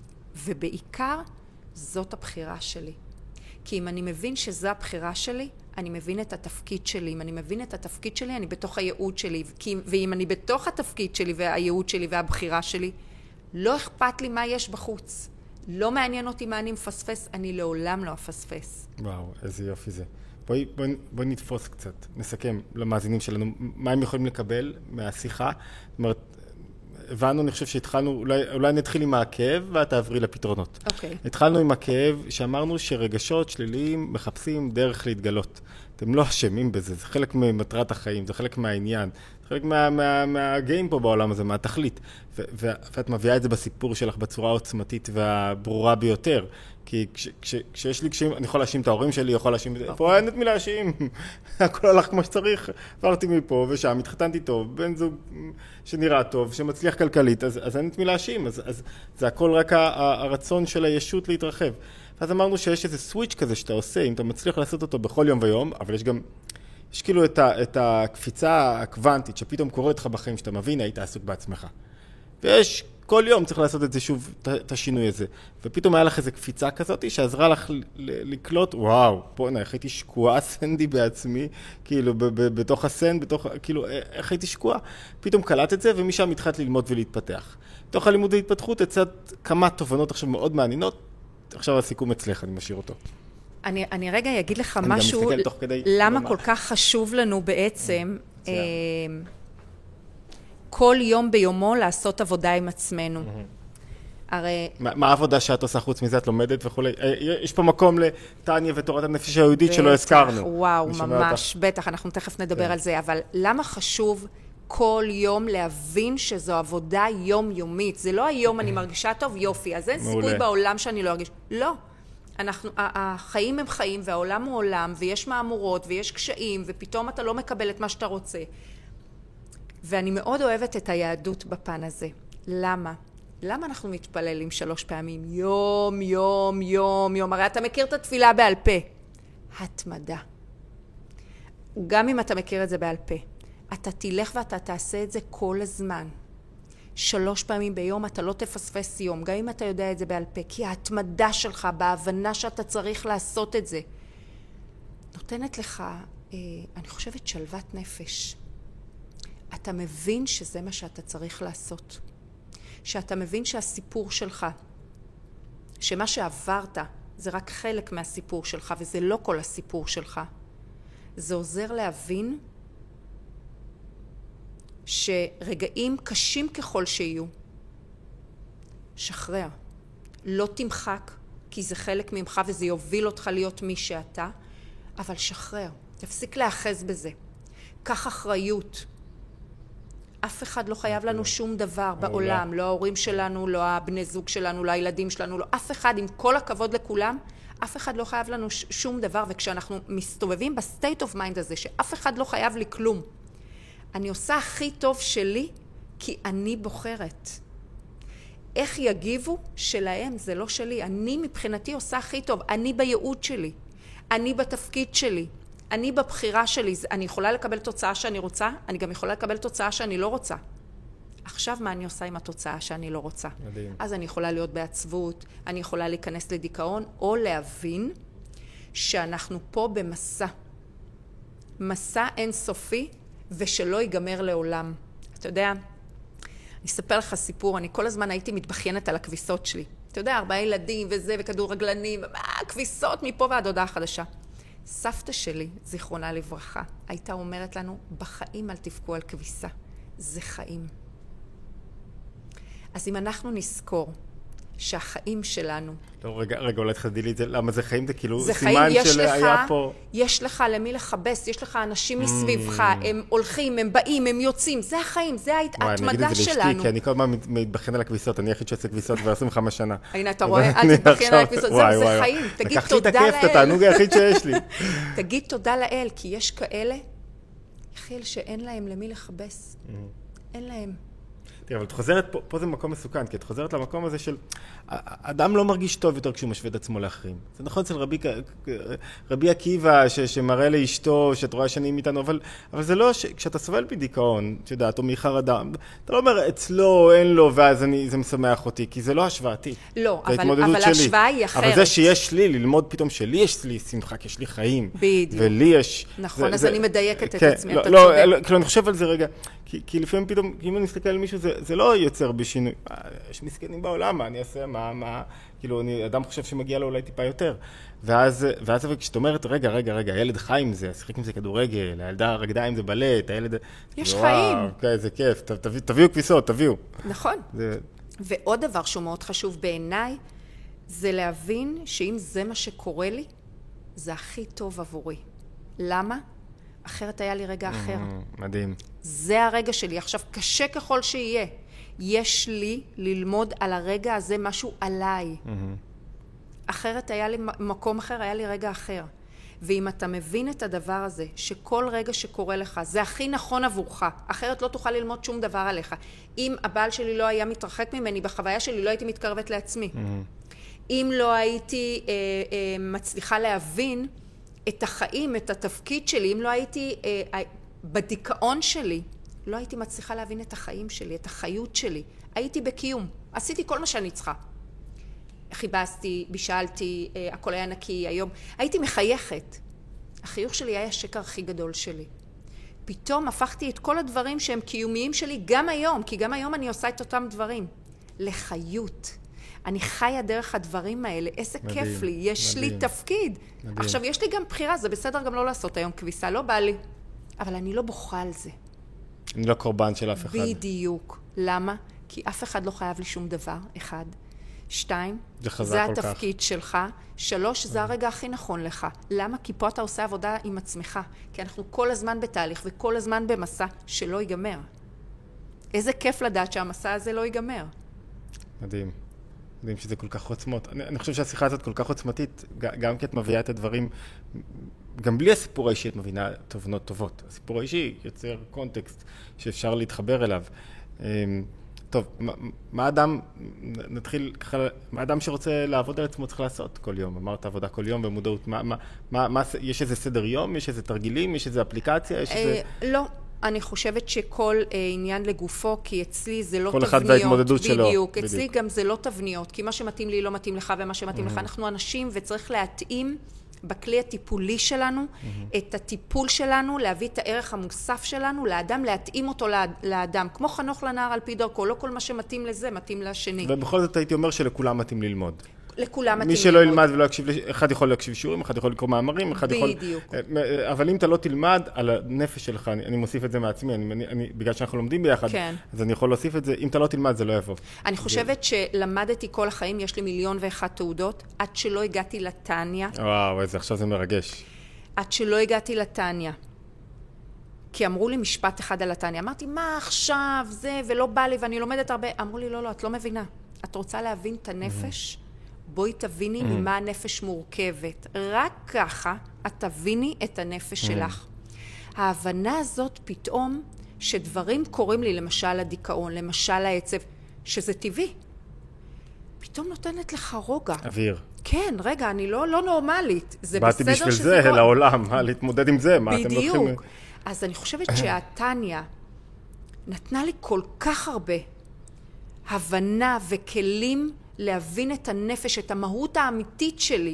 S2: ובעיקר, זאת הבחירה שלי. כי אם אני מבין שזו הבחירה שלי, אני מבין את התפקיד שלי. אם אני מבין את התפקיד שלי, אני בתוך הייעוד שלי. ואם אני בתוך התפקיד שלי והייעוד שלי והבחירה שלי, לא אכפת לי מה יש בחוץ. לא מעניין אותי מה אני מפספס, אני לעולם לא אפספס.
S1: וואו, איזה יופי זה. בואי, בואי, בואי נתפוס קצת, נסכם למאזינים שלנו, מה הם יכולים לקבל מהשיחה. זאת אומרת, הבנו, אני חושב שהתחלנו, אולי, אולי נתחיל עם הכאב ואת תעברי לפתרונות.
S2: אוקיי. Okay.
S1: התחלנו עם הכאב שאמרנו שרגשות שליליים מחפשים דרך להתגלות. אתם לא אשמים בזה, זה חלק ממטרת החיים, זה חלק מהעניין, זה חלק מה, מה, מהגיים פה בעולם הזה, מהתכלית. ו, ו, ואת מביאה את זה בסיפור שלך בצורה העוצמתית והברורה ביותר. כי כש, כש, כשיש לי קשיים, אני יכול להאשים את ההורים שלי, יכול להאשים את זה, פה אין את מי להאשים, הכל הלך כמו שצריך, עברתי מפה ושם, התחתנתי טוב, בן זוג שנראה טוב, שמצליח כלכלית, אז, אז אין את מי להאשים, אז, אז זה הכל רק הרצון של הישות להתרחב. ואז אמרנו שיש איזה סוויץ' כזה שאתה עושה, אם אתה מצליח לעשות אותו בכל יום ויום, אבל יש גם, יש כאילו את, ה, את הקפיצה הקוונטית שפתאום קורית לך בחיים, שאתה מבין, היית עסוק בעצמך. ויש כל יום צריך לעשות את זה שוב, את השינוי הזה. ופתאום היה לך איזו קפיצה כזאת שעזרה לך לקלוט, וואו, פה איך הייתי שקועה סנדי בעצמי, כאילו בתוך הסן, בתוך, כאילו איך הייתי שקועה. פתאום קלט את זה ומשם התחלת ללמוד ולהתפתח. בתוך הלימוד וההתפתחות יצאת כמה תובנות עכשיו מאוד מעניינות, עכשיו הסיכום אצלך, אני משאיר אותו.
S2: אני, אני רגע אגיד לך משהו, למה כל כך חשוב לנו בעצם כל יום ביומו לעשות עבודה עם עצמנו. הרי...
S1: מה העבודה שאת עושה חוץ מזה? את לומדת וכולי? יש פה מקום לטניה ותורת הנפש היהודית שלא הזכרנו.
S2: וואו, ממש, בטח, אנחנו תכף נדבר על זה, אבל למה חשוב כל יום להבין שזו עבודה יומיומית? זה לא היום אני מרגישה טוב, יופי, אז אין סיכוי בעולם שאני לא ארגיש. לא. אנחנו, החיים הם חיים והעולם הוא עולם, ויש מאמורות ויש קשיים, ופתאום אתה לא מקבל את מה שאתה רוצה. ואני מאוד אוהבת את היהדות בפן הזה. למה? למה אנחנו מתפללים שלוש פעמים? יום, יום, יום, יום. הרי אתה מכיר את התפילה בעל פה. התמדה. גם אם אתה מכיר את זה בעל פה, אתה תלך ואתה תעשה את זה כל הזמן. שלוש פעמים ביום אתה לא תפספס יום, גם אם אתה יודע את זה בעל פה, כי ההתמדה שלך, בהבנה שאתה צריך לעשות את זה, נותנת לך, אה, אני חושבת, שלוות נפש. אתה מבין שזה מה שאתה צריך לעשות. שאתה מבין שהסיפור שלך, שמה שעברת, זה רק חלק מהסיפור שלך, וזה לא כל הסיפור שלך. זה עוזר להבין שרגעים קשים ככל שיהיו, שחרר. לא תמחק, כי זה חלק ממך וזה יוביל אותך להיות מי שאתה, אבל שחרר. תפסיק להאחז בזה. קח אחריות. אף אחד לא חייב לנו שום דבר בעולם, לא ההורים שלנו, לא הבני זוג שלנו, לא הילדים שלנו, לא אף אחד, עם כל הכבוד לכולם, אף אחד לא חייב לנו שום דבר, וכשאנחנו מסתובבים בסטייט אוף מיינד הזה, שאף אחד לא חייב לי כלום, אני עושה הכי טוב שלי, כי אני בוחרת. איך יגיבו? שלהם, זה לא שלי. אני מבחינתי עושה הכי טוב, אני בייעוד שלי, אני בתפקיד שלי, אני בבחירה שלי. אני יכולה לקבל תוצאה שאני רוצה, אני גם יכולה לקבל תוצאה שאני לא רוצה. עכשיו מה אני עושה עם התוצאה שאני לא רוצה? מדהים. אז אני יכולה להיות בעצבות, אני יכולה להיכנס לדיכאון, או להבין שאנחנו פה במסע. מסע אינסופי, ושלא ייגמר לעולם. אתה יודע, אני אספר לך סיפור, אני כל הזמן הייתי מתבחיינת על הכביסות שלי. אתה יודע, ארבעה ילדים וזה, וכדורגלנים, כביסות מפה ועד הודעה חדשה. סבתא שלי, זיכרונה לברכה, הייתה אומרת לנו, בחיים אל תבכו על כביסה. זה חיים. אז אם אנחנו נזכור שהחיים שלנו...
S1: לא, רגע, רגע, אולי תחדי לי את זה, למה זה חיים? זה כאילו זה סימן של היה פה...
S2: יש לך למי לחבס, יש לך אנשים מסביבך, הם הולכים, הם באים, הם יוצאים, זה החיים, זה ההתמדה שלנו.
S1: אני אגיד את זה לאשתי, כי אני כל הזמן מתבחן על הכביסות, אני היחיד שעושה כביסות כבר עשרים וחמש שנה.
S2: הנה, אתה רואה, אל תתבחן על הכביסות, זה חיים, תגיד תודה לאל.
S1: לקחתי את הכיף, את התענוג היחיד שיש לי.
S2: תגיד תודה לאל, כי יש כאלה, יחיל שאין להם למי לחבס, אין להם.
S1: תראה, אבל את חוזרת, פה, פה זה מקום מסוכן, כי את חוזרת למקום הזה של, אדם לא מרגיש טוב יותר כשהוא משווה את עצמו לאחרים. זה נכון אצל רבי, רבי עקיבא, ש, שמראה לאשתו, שאת רואה שנים איתנו, אבל, אבל זה לא, ש, כשאתה סובל בדיכאון, שדעת, או מחרדה, אתה לא אומר, אצלו, אין לו, ואז אני, זה משמח אותי, כי זה לא השוואתי.
S2: לא, אבל, אבל השוואה היא אחרת.
S1: אבל זה שיש לי, ללמוד פתאום שלי יש לי שמחה, כי יש לי חיים.
S2: בדיוק.
S1: ולי יש...
S2: נכון, זה, אז זה, אני מדייקת
S1: כן,
S2: את עצמי,
S1: לא,
S2: אתה
S1: לא,
S2: צודק.
S1: לא, כאילו, אני חושב על זה רגע, כי, כי לפעמים פתאום, אם אני מסתכל על מישהו, זה, זה לא יוצר בשינוי. יש מסכנים בעולם, מה אני אעשה, מה, מה, כאילו, אני, אדם חושב שמגיע לו אולי טיפה יותר. ואז, ואז, כשאת אומרת, רגע, רגע, רגע, הילד חי עם זה, שיחק עם זה כדורגל, הילדה רקדה עם זה בלט, הילד...
S2: יש חיים.
S1: אוקיי, זה כיף, תביאו, תביאו כביסות, תביאו.
S2: נכון.
S1: זה...
S2: ועוד דבר שהוא מאוד חשוב בעיניי, זה להבין שאם זה מה שקורה לי, זה הכי טוב עבורי. למה? אחרת היה לי רגע אחר.
S1: מדהים.
S2: זה הרגע שלי. עכשיו, קשה ככל שיהיה. יש לי ללמוד על הרגע הזה משהו עליי. אחרת היה לי מקום אחר, היה לי רגע אחר. ואם אתה מבין את הדבר הזה, שכל רגע שקורה לך, זה הכי נכון עבורך, אחרת לא תוכל ללמוד שום דבר עליך. אם הבעל שלי לא היה מתרחק ממני, בחוויה שלי לא הייתי מתקרבת לעצמי. אם לא הייתי אה, אה, מצליחה להבין את החיים, את התפקיד שלי, אם לא הייתי אה, בדיכאון שלי, לא הייתי מצליחה להבין את החיים שלי, את החיות שלי. הייתי בקיום. עשיתי כל מה שאני צריכה. חיבסתי, בישלתי, אה, הכל היה נקי היום. הייתי מחייכת. החיוך שלי היה השקר הכי גדול שלי. פתאום הפכתי את כל הדברים שהם קיומיים שלי גם היום, כי גם היום אני עושה את אותם דברים. לחיות. אני חיה דרך הדברים האלה, איזה מדהים, כיף לי, יש מדהים, לי תפקיד. מדהים. עכשיו, יש לי גם בחירה, זה בסדר גם לא לעשות היום כביסה, לא בא לי. אבל אני לא בוכה על זה.
S1: אני לא קורבן של אף אחד.
S2: בדיוק. למה? כי אף אחד לא חייב לי שום דבר, אחד. שתיים,
S1: זה,
S2: זה התפקיד כך. שלך. שלוש, זה הרגע הכי נכון לך. למה? כי פה אתה עושה עבודה עם עצמך. כי אנחנו כל הזמן בתהליך וכל הזמן במסע שלא ייגמר. איזה כיף לדעת שהמסע הזה לא ייגמר.
S1: מדהים. מדהים שזה כל כך עוצמות. אני, אני חושב שהשיחה הזאת כל כך עוצמתית, גם כי את מביאה את הדברים, גם בלי הסיפור האישי את מבינה תובנות טובות. הסיפור האישי יוצר קונטקסט שאפשר להתחבר אליו. טוב, מה, מה אדם, נתחיל ככה, מה אדם שרוצה לעבוד על עצמו צריך לעשות כל יום? אמרת עבודה כל יום ומודעות, מה, מה, מה, מה, יש איזה סדר יום? יש איזה תרגילים? יש איזה אפליקציה? יש איזה...
S2: לא. אני חושבת שכל אה, עניין לגופו, כי אצלי זה לא
S1: כל
S2: תבניות.
S1: אחד וההתמודדות שלו.
S2: בדיוק. אצלי גם זה לא תבניות, כי מה שמתאים לי לא מתאים לך, ומה שמתאים לך. אנחנו אנשים, וצריך להתאים בכלי הטיפולי שלנו, את הטיפול שלנו, להביא את הערך המוסף שלנו, לאדם, להתאים אותו לאדם. כמו חנוך לנער על פי דרכו, לא כל מה שמתאים לזה, מתאים לשני.
S1: ובכל זאת הייתי אומר שלכולם מתאים ללמוד.
S2: לכולם מתאים
S1: מי שלא ילמד ולא יקשיב, אחד יכול להקשיב שיעורים, אחד יכול לקרוא מאמרים, אחד יכול...
S2: בדיוק.
S1: אבל אם אתה לא תלמד על הנפש שלך, אני, אני מוסיף את זה מעצמי, אני, אני, בגלל שאנחנו לומדים ביחד,
S2: כן. אז
S1: אני יכול להוסיף את זה, אם אתה לא תלמד זה לא יבוא.
S2: אני חושבת שלמדתי כל החיים, יש לי מיליון ואחת תעודות, עד שלא הגעתי לטניה.
S1: וואו, איזה, עכשיו זה מרגש.
S2: עד שלא הגעתי לטניה. כי אמרו לי משפט אחד על הטניה, אמרתי, מה עכשיו, זה, ולא בא לי, ואני לומדת הרבה. אמרו לי, לא, לא, את לא מבינה. את רוצה להבין את הנפש? בואי תביני ממה הנפש מורכבת. רק ככה את תביני את הנפש שלך. ההבנה הזאת פתאום שדברים קורים לי, למשל הדיכאון, למשל העצב, שזה טבעי. פתאום נותנת לך רוגע.
S1: אוויר.
S2: כן, רגע, אני לא, לא נורמלית. זה בסדר שזה...
S1: באתי בשביל זה, אל העולם, להתמודד עם זה, מה אתם לוקחים?
S2: בדיוק. אז אני חושבת שהטניה נתנה לי כל כך הרבה הבנה וכלים להבין את הנפש, את המהות האמיתית שלי.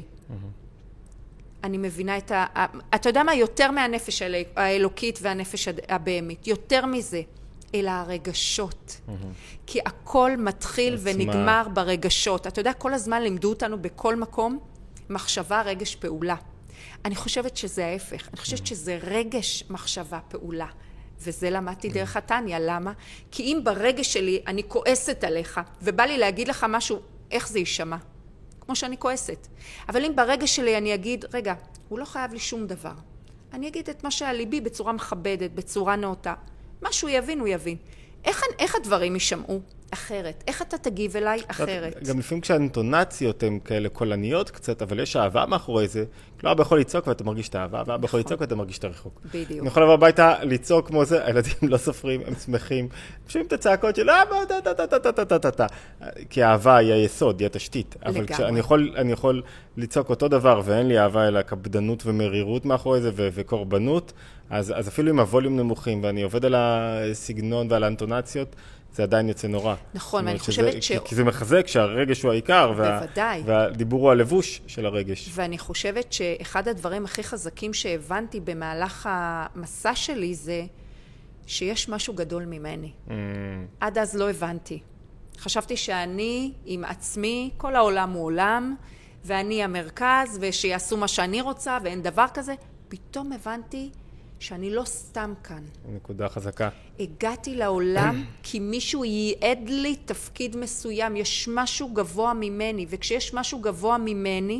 S2: אני מבינה את ה... אתה יודע מה? יותר מהנפש האלוקית והנפש הבהמית. יותר מזה. אלא הרגשות. כי הכל מתחיל ונגמר ברגשות. אתה יודע, כל הזמן לימדו אותנו בכל מקום, מחשבה, רגש, פעולה. אני חושבת שזה ההפך. אני חושבת שזה רגש, מחשבה, פעולה. וזה למדתי דרך הטניה. למה? כי אם ברגש שלי אני כועסת עליך, ובא לי להגיד לך משהו, איך זה יישמע? כמו שאני כועסת. אבל אם ברגש שלי אני אגיד, רגע, הוא לא חייב לי שום דבר. אני אגיד את מה שעל ליבי בצורה מכבדת, בצורה נאותה. מה שהוא יבין, הוא יבין. איך, איך הדברים יישמעו? אחרת. איך אתה תגיב אליי? אחרת.
S1: גם לפעמים כשהאינטונציות הן כאלה קולניות קצת, אבל יש אהבה מאחורי זה. לא אבא יכול לצעוק ואתה מרגיש את האהבה, ואבא יכול לצעוק ואתה מרגיש את הריחוק.
S2: בדיוק.
S1: אני יכול לבוא הביתה, לצעוק כמו זה, הילדים לא סופרים, הם שמחים. שומעים את הצעקות של אבא, טה טה טה טה טה טה טה טה. כי האהבה היא היסוד, היא התשתית. אבל כשאני יכול, אני יכול לצעוק אותו דבר, ואין לי אהבה אלא קפדנות ומרירות מאחורי זה, וקורבנות, אז, אז אפילו עם הווליום נמוכים, ואני עובד על הסגנון ועל האינטונציות, זה עדיין יוצא נורא.
S2: נכון, ואני חושבת ש...
S1: כי זה מחזק שהרגש הוא העיקר, והדיבור הוא הלבוש של הרגש.
S2: ואני חושבת שאחד הדברים הכי חזקים שהבנתי במהלך המסע שלי זה שיש משהו גדול ממני. עד אז לא הבנתי. חשבתי שאני עם עצמי, כל העולם הוא עולם, ואני המרכז, ושיעשו מה שאני רוצה, ואין דבר כזה. פתאום הבנתי שאני לא סתם כאן.
S1: נקודה חזקה.
S2: הגעתי לעולם כי מישהו ייעד לי תפקיד מסוים, יש משהו גבוה ממני, וכשיש משהו גבוה ממני,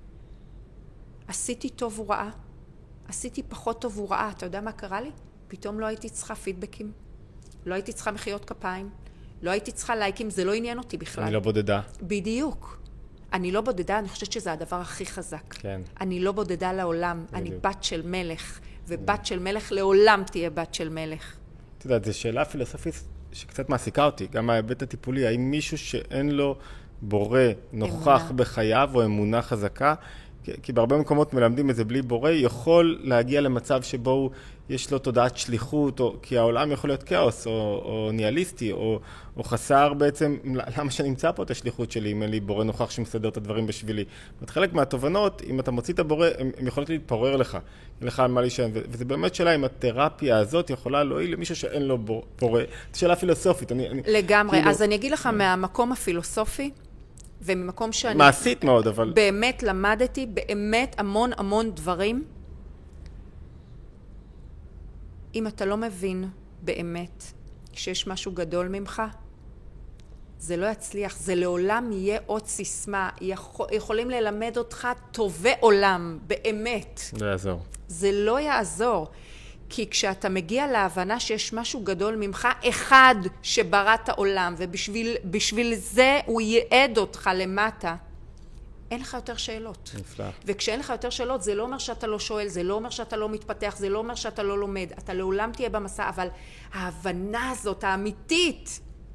S2: עשיתי טוב ורעה, עשיתי פחות טוב ורעה. אתה יודע מה קרה לי? פתאום לא הייתי צריכה פידבקים, לא הייתי צריכה מחיאות כפיים, לא הייתי צריכה לייקים, זה לא עניין אותי בכלל.
S1: אני לא בודדה.
S2: בדיוק. אני לא בודדה, אני חושבת שזה הדבר הכי חזק.
S1: כן.
S2: אני לא בודדה לעולם, אני בת של מלך. ובת של מלך לעולם תהיה בת של מלך.
S1: אתה יודע, זו שאלה פילוסופית שקצת מעסיקה אותי, גם מההיבט הטיפולי, האם מישהו שאין לו בורא נוכח אמונה. בחייו או אמונה חזקה, כי, כי בהרבה מקומות מלמדים את זה בלי בורא, יכול להגיע למצב שבו יש לו תודעת שליחות, או, כי העולם יכול להיות כאוס, או, או ניאליסטי, או, או חסר בעצם, למה שנמצא פה את השליחות שלי, אם אין לי בורא נוכח שמסדר את הדברים בשבילי. זאת חלק מהתובנות, אם אתה מוציא את הבורא, הם, הם יכולות להתפורר לך, אין לך על מה להישען, וזה באמת שאלה אם התרפיה הזאת יכולה להועיל למישהו שאין לו בורא. זו שאלה פילוסופית. אני, אני,
S2: לגמרי,
S1: כאילו...
S2: אז אני אגיד לך מהמקום הפילוסופי, וממקום שאני...
S1: מעשית מאוד, אבל...
S2: באמת למדתי, באמת המון המון דברים. אם אתה לא מבין באמת שיש משהו גדול ממך, זה לא יצליח, זה לעולם יהיה עוד סיסמה, יכול, יכולים ללמד אותך טובי עולם, באמת.
S1: לא יעזור.
S2: זה לא יעזור, כי כשאתה מגיע להבנה שיש משהו גדול ממך, אחד שברא את העולם, ובשביל בשביל זה הוא ייעד אותך למטה, אין לך יותר שאלות.
S1: נפלא.
S2: וכשאין לך יותר שאלות, זה לא אומר שאתה לא שואל, זה לא אומר שאתה לא מתפתח, זה לא אומר שאתה לא לומד. אתה לעולם תהיה במסע, אבל ההבנה הזאת, האמיתית,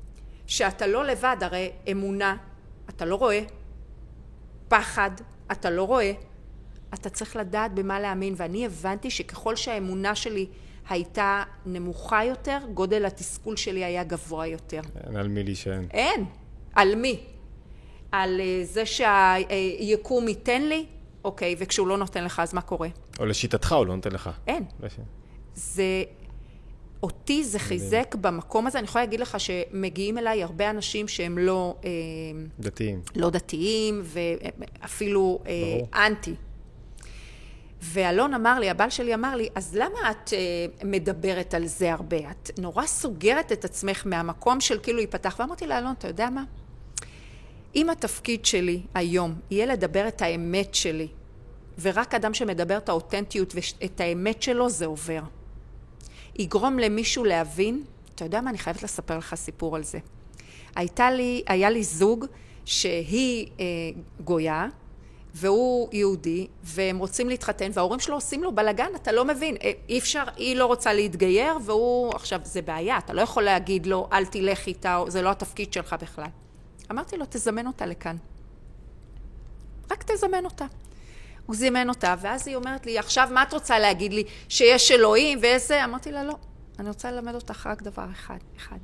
S2: שאתה לא לבד, הרי אמונה, אתה לא רואה, פחד, אתה לא רואה, אתה צריך לדעת במה להאמין, ואני הבנתי שככל שהאמונה שלי הייתה נמוכה יותר, גודל התסכול שלי היה גבוה יותר.
S1: אין על מי להישען.
S2: אין. על מי? על זה שהיקום ייתן לי? אוקיי, וכשהוא לא נותן לך, אז מה קורה?
S1: או לשיטתך הוא לא נותן לך.
S2: אין. זה, אותי זה חיזק במקום הזה. אני יכולה להגיד לך שמגיעים אליי הרבה אנשים שהם לא...
S1: דתיים.
S2: לא דתיים, ואפילו אנטי. ואלון אמר לי, הבעל שלי אמר לי, אז למה את uh, מדברת על זה הרבה? את נורא סוגרת את עצמך מהמקום של כאילו ייפתח. ואמרתי לה, אלון, אתה יודע מה? אם התפקיד שלי היום יהיה לדבר את האמת שלי, ורק אדם שמדבר את האותנטיות ואת האמת שלו, זה עובר. יגרום למישהו להבין, אתה יודע מה? אני חייבת לספר לך סיפור על זה. הייתה לי, היה לי זוג שהיא אה, גויה, והוא יהודי, והם רוצים להתחתן, וההורים שלו עושים לו בלגן, אתה לא מבין, אי אפשר, היא לא רוצה להתגייר, והוא, עכשיו, זה בעיה, אתה לא יכול להגיד לו, אל תלך איתה, זה לא התפקיד שלך בכלל. אמרתי לו, תזמן אותה לכאן. רק תזמן אותה. הוא זימן אותה, ואז היא אומרת לי, עכשיו מה את רוצה להגיד לי, שיש אלוהים ואיזה? אמרתי לה, לא, אני רוצה ללמד אותך רק דבר אחד, אחד.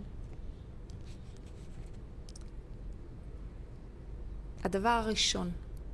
S2: הדבר הראשון,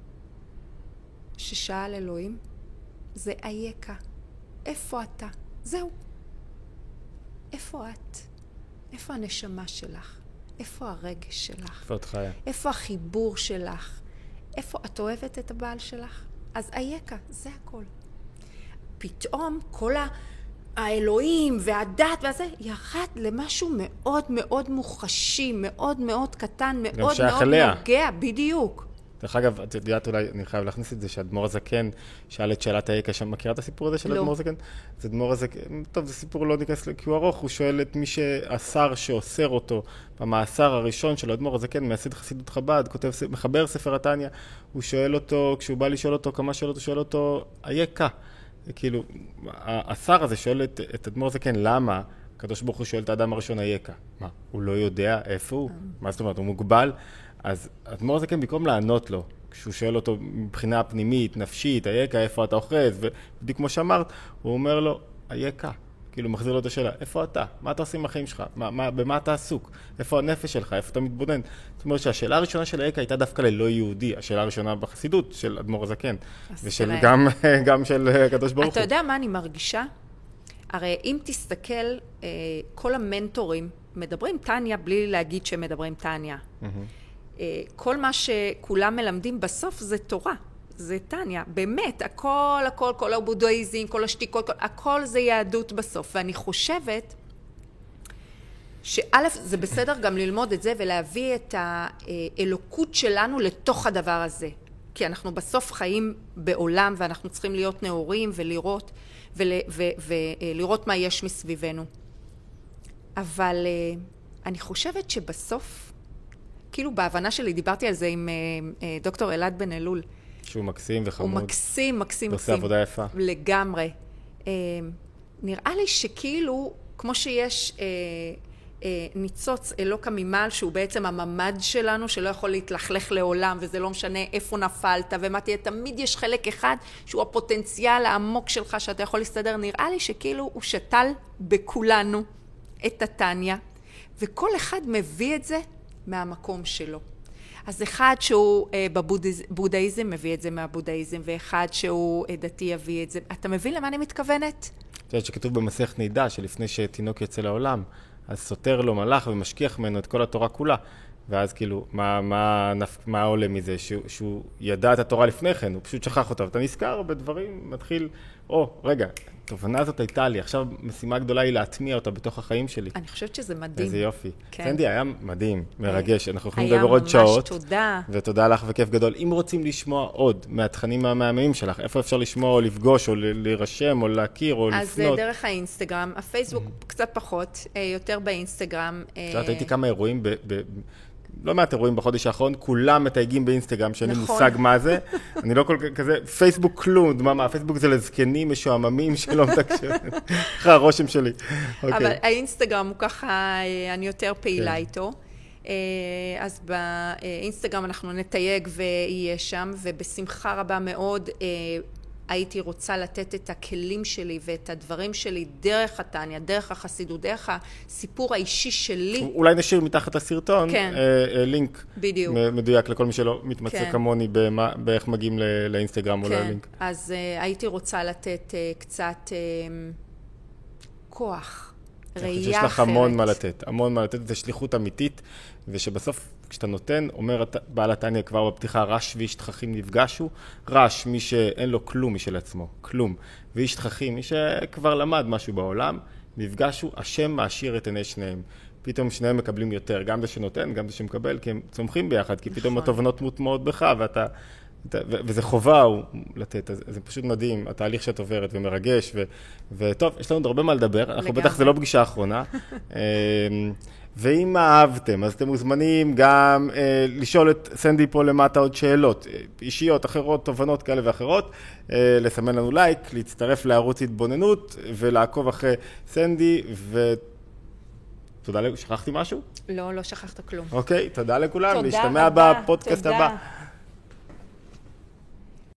S2: ששאל אלוהים, זה אייכה. איפה אתה? זהו. איפה את? איפה הנשמה שלך? איפה הרגש שלך?
S1: איפה את חיה?
S2: איפה החיבור שלך? איפה את אוהבת את הבעל שלך? אז אייכה, זה הכל. פתאום כל ה... האלוהים והדת והזה ירד למשהו מאוד מאוד מוחשי, מאוד מאוד קטן, מאוד מאוד נוגע, בדיוק.
S1: דרך אגב, את יודעת, אולי אני חייב להכניס את זה, שהאדמו"ר הזקן שאל את שאלת האיקה, שם מכירה את הסיפור הזה של האדמו"ר הזקן? זה אדמו"ר הזקן, טוב, זה סיפור לא ניכנס כי הוא ארוך, הוא שואל את מי שהשר שאוסר אותו, במאסר הראשון של האדמו"ר הזקן, מייסד חסידות חב"ד, כותב, מחבר ספר התניא, הוא שואל אותו, כשהוא בא לשאול אותו, כמה שואל אותו, שואל אותו, איקה. כאילו, השר הזה שואל את, את אדמו"ר הזקן, למה? הקדוש ברוך הוא שואל את האדם הראשון, איקה. מה? הוא לא יודע איפה הוא? מה זאת אומרת? הוא מוגבל? אז אדמו"ר הזקן, במקום לענות לו, כשהוא שואל אותו מבחינה פנימית, נפשית, אייכה, איפה אתה אוחז, ובדיוק כמו שאמרת, הוא אומר לו, אייכה. כאילו, מחזיר לו את השאלה, איפה אתה? מה אתה עושה עם החיים שלך? מה, מה, במה אתה עסוק? איפה הנפש שלך? איפה אתה מתבונן? זאת אומרת שהשאלה הראשונה של אייכה הייתה דווקא ללא יהודי, השאלה הראשונה בחסידות של אדמו"ר הזקן, ושל גם, גם של הקדוש ברוך הוא.
S2: אתה יודע מה אני מרגישה? הרי אם תסתכל, כל המנטורים מדברים תניא בלי להגיד שהם מדברים תניא. כל מה שכולם מלמדים בסוף זה תורה, זה תניא, באמת, הכל, הכל, כל הבודהיזם, כל השתיקות, הכל זה יהדות בסוף, ואני חושבת שא' זה בסדר גם ללמוד את זה ולהביא את האלוקות שלנו לתוך הדבר הזה, כי אנחנו בסוף חיים בעולם ואנחנו צריכים להיות נאורים ולראות, ול, ו, ולראות מה יש מסביבנו. אבל אני חושבת שבסוף, כאילו בהבנה שלי, דיברתי על זה עם אה, דוקטור אלעד בן אלול.
S1: שהוא מקסים וחמוד.
S2: הוא מקסים, מקסים,
S1: עושה
S2: מקסים.
S1: עבודה יפה.
S2: לגמרי. אה, נראה לי שכאילו, כמו שיש אה, אה, ניצוץ אלוקה ממעל, שהוא בעצם הממד שלנו, שלא יכול להתלכלך לעולם, וזה לא משנה איפה נפלת, ומה תהיה, תמיד יש חלק אחד, שהוא הפוטנציאל העמוק שלך, שאתה יכול להסתדר. נראה לי שכאילו הוא שתל בכולנו את התניא, וכל אחד מביא את זה, מהמקום שלו. אז אחד שהוא אה, בבודהיזם מביא את זה מהבודהיזם, ואחד שהוא אה, דתי יביא את זה. אתה מבין למה אני מתכוונת?
S1: את יודעת שכתוב במסכת נידה, שלפני שתינוק יוצא לעולם, אז סותר לו מלאך ומשכיח ממנו את כל התורה כולה. ואז כאילו, מה, מה, מה עולה מזה? שהוא, שהוא ידע את התורה לפני כן, הוא פשוט שכח אותה. ואתה נזכר בדברים, מתחיל, או, רגע, התובנה הזאת הייתה לי, עכשיו משימה גדולה היא להטמיע אותה בתוך החיים שלי.
S2: אני חושבת שזה מדהים.
S1: איזה יופי.
S2: כן.
S1: סנדי, היה מדהים, מרגש. אנחנו יכולים לדבר עוד שעות.
S2: היה ממש תודה.
S1: ותודה לך וכיף גדול. אם רוצים לשמוע עוד מהתכנים המאמנים שלך, איפה אפשר לשמוע או לפגוש או להירשם או להכיר או
S2: אז
S1: לפנות?
S2: אז דרך האינסטגרם, הפייסבוק קצת פחות, יותר באינסטגרם.
S1: זאת הייתי כמה אירועים ב... ב לא מעט אירועים בחודש האחרון, כולם מתייגים באינסטגרם, שאין לי מושג מה זה. אני לא כל כזה, פייסבוק כלום, דממה, פייסבוק זה לזקנים משועממים שלא מתקשרים. אחרי הרושם שלי.
S2: אבל האינסטגרם הוא ככה, אני יותר פעילה איתו. אז באינסטגרם אנחנו נתייג ויהיה שם, ובשמחה רבה מאוד הייתי רוצה לתת את הכלים שלי ואת הדברים שלי דרך התניה, דרך החסידות, דרך הסיפור האישי שלי.
S1: אולי נשאיר מתחת לסרטון
S2: כן.
S1: לינק
S2: בדיוק.
S1: מדויק לכל מי שלא מתמצא
S2: כן.
S1: כמוני באיך מגיעים לאינסטגרם או
S2: כן.
S1: ללינק.
S2: אז הייתי רוצה לתת קצת כוח, ראייה אחרת.
S1: יש לך המון מה לתת, המון מה לתת, זה שליחות אמיתית, ושבסוף כשאתה נותן, אומר בעל התניא כבר בפתיחה, רש ואיש תככים נפגשו, רש מי שאין לו כלום משל עצמו, כלום, ואיש תככים, מי שכבר למד משהו בעולם, נפגשו, השם מעשיר את עיני שניהם. פתאום שניהם מקבלים יותר, גם זה שנותן, גם זה שמקבל, כי הם צומחים ביחד, כי פתאום התובנות מוטמעות בך, ואתה, וזה חובה לתת, זה פשוט מדהים, התהליך שאת עוברת ומרגש, וטוב, יש לנו עוד הרבה מה לדבר, אנחנו בטח זה לא פגישה האחרונה, ואם אהבתם, אז אתם מוזמנים גם אה, לשאול את סנדי פה למטה עוד שאלות, אישיות, אחרות, תובנות כאלה ואחרות, אה, לסמן לנו לייק, להצטרף לערוץ התבוננות, ולעקוב אחרי סנדי, ותודה, שכחתי משהו?
S2: לא, לא שכחת כלום.
S1: אוקיי, תודה לכולם,
S2: תודה
S1: להשתמע
S2: רבה,
S1: בפודקאסט
S2: תודה.
S1: הבא.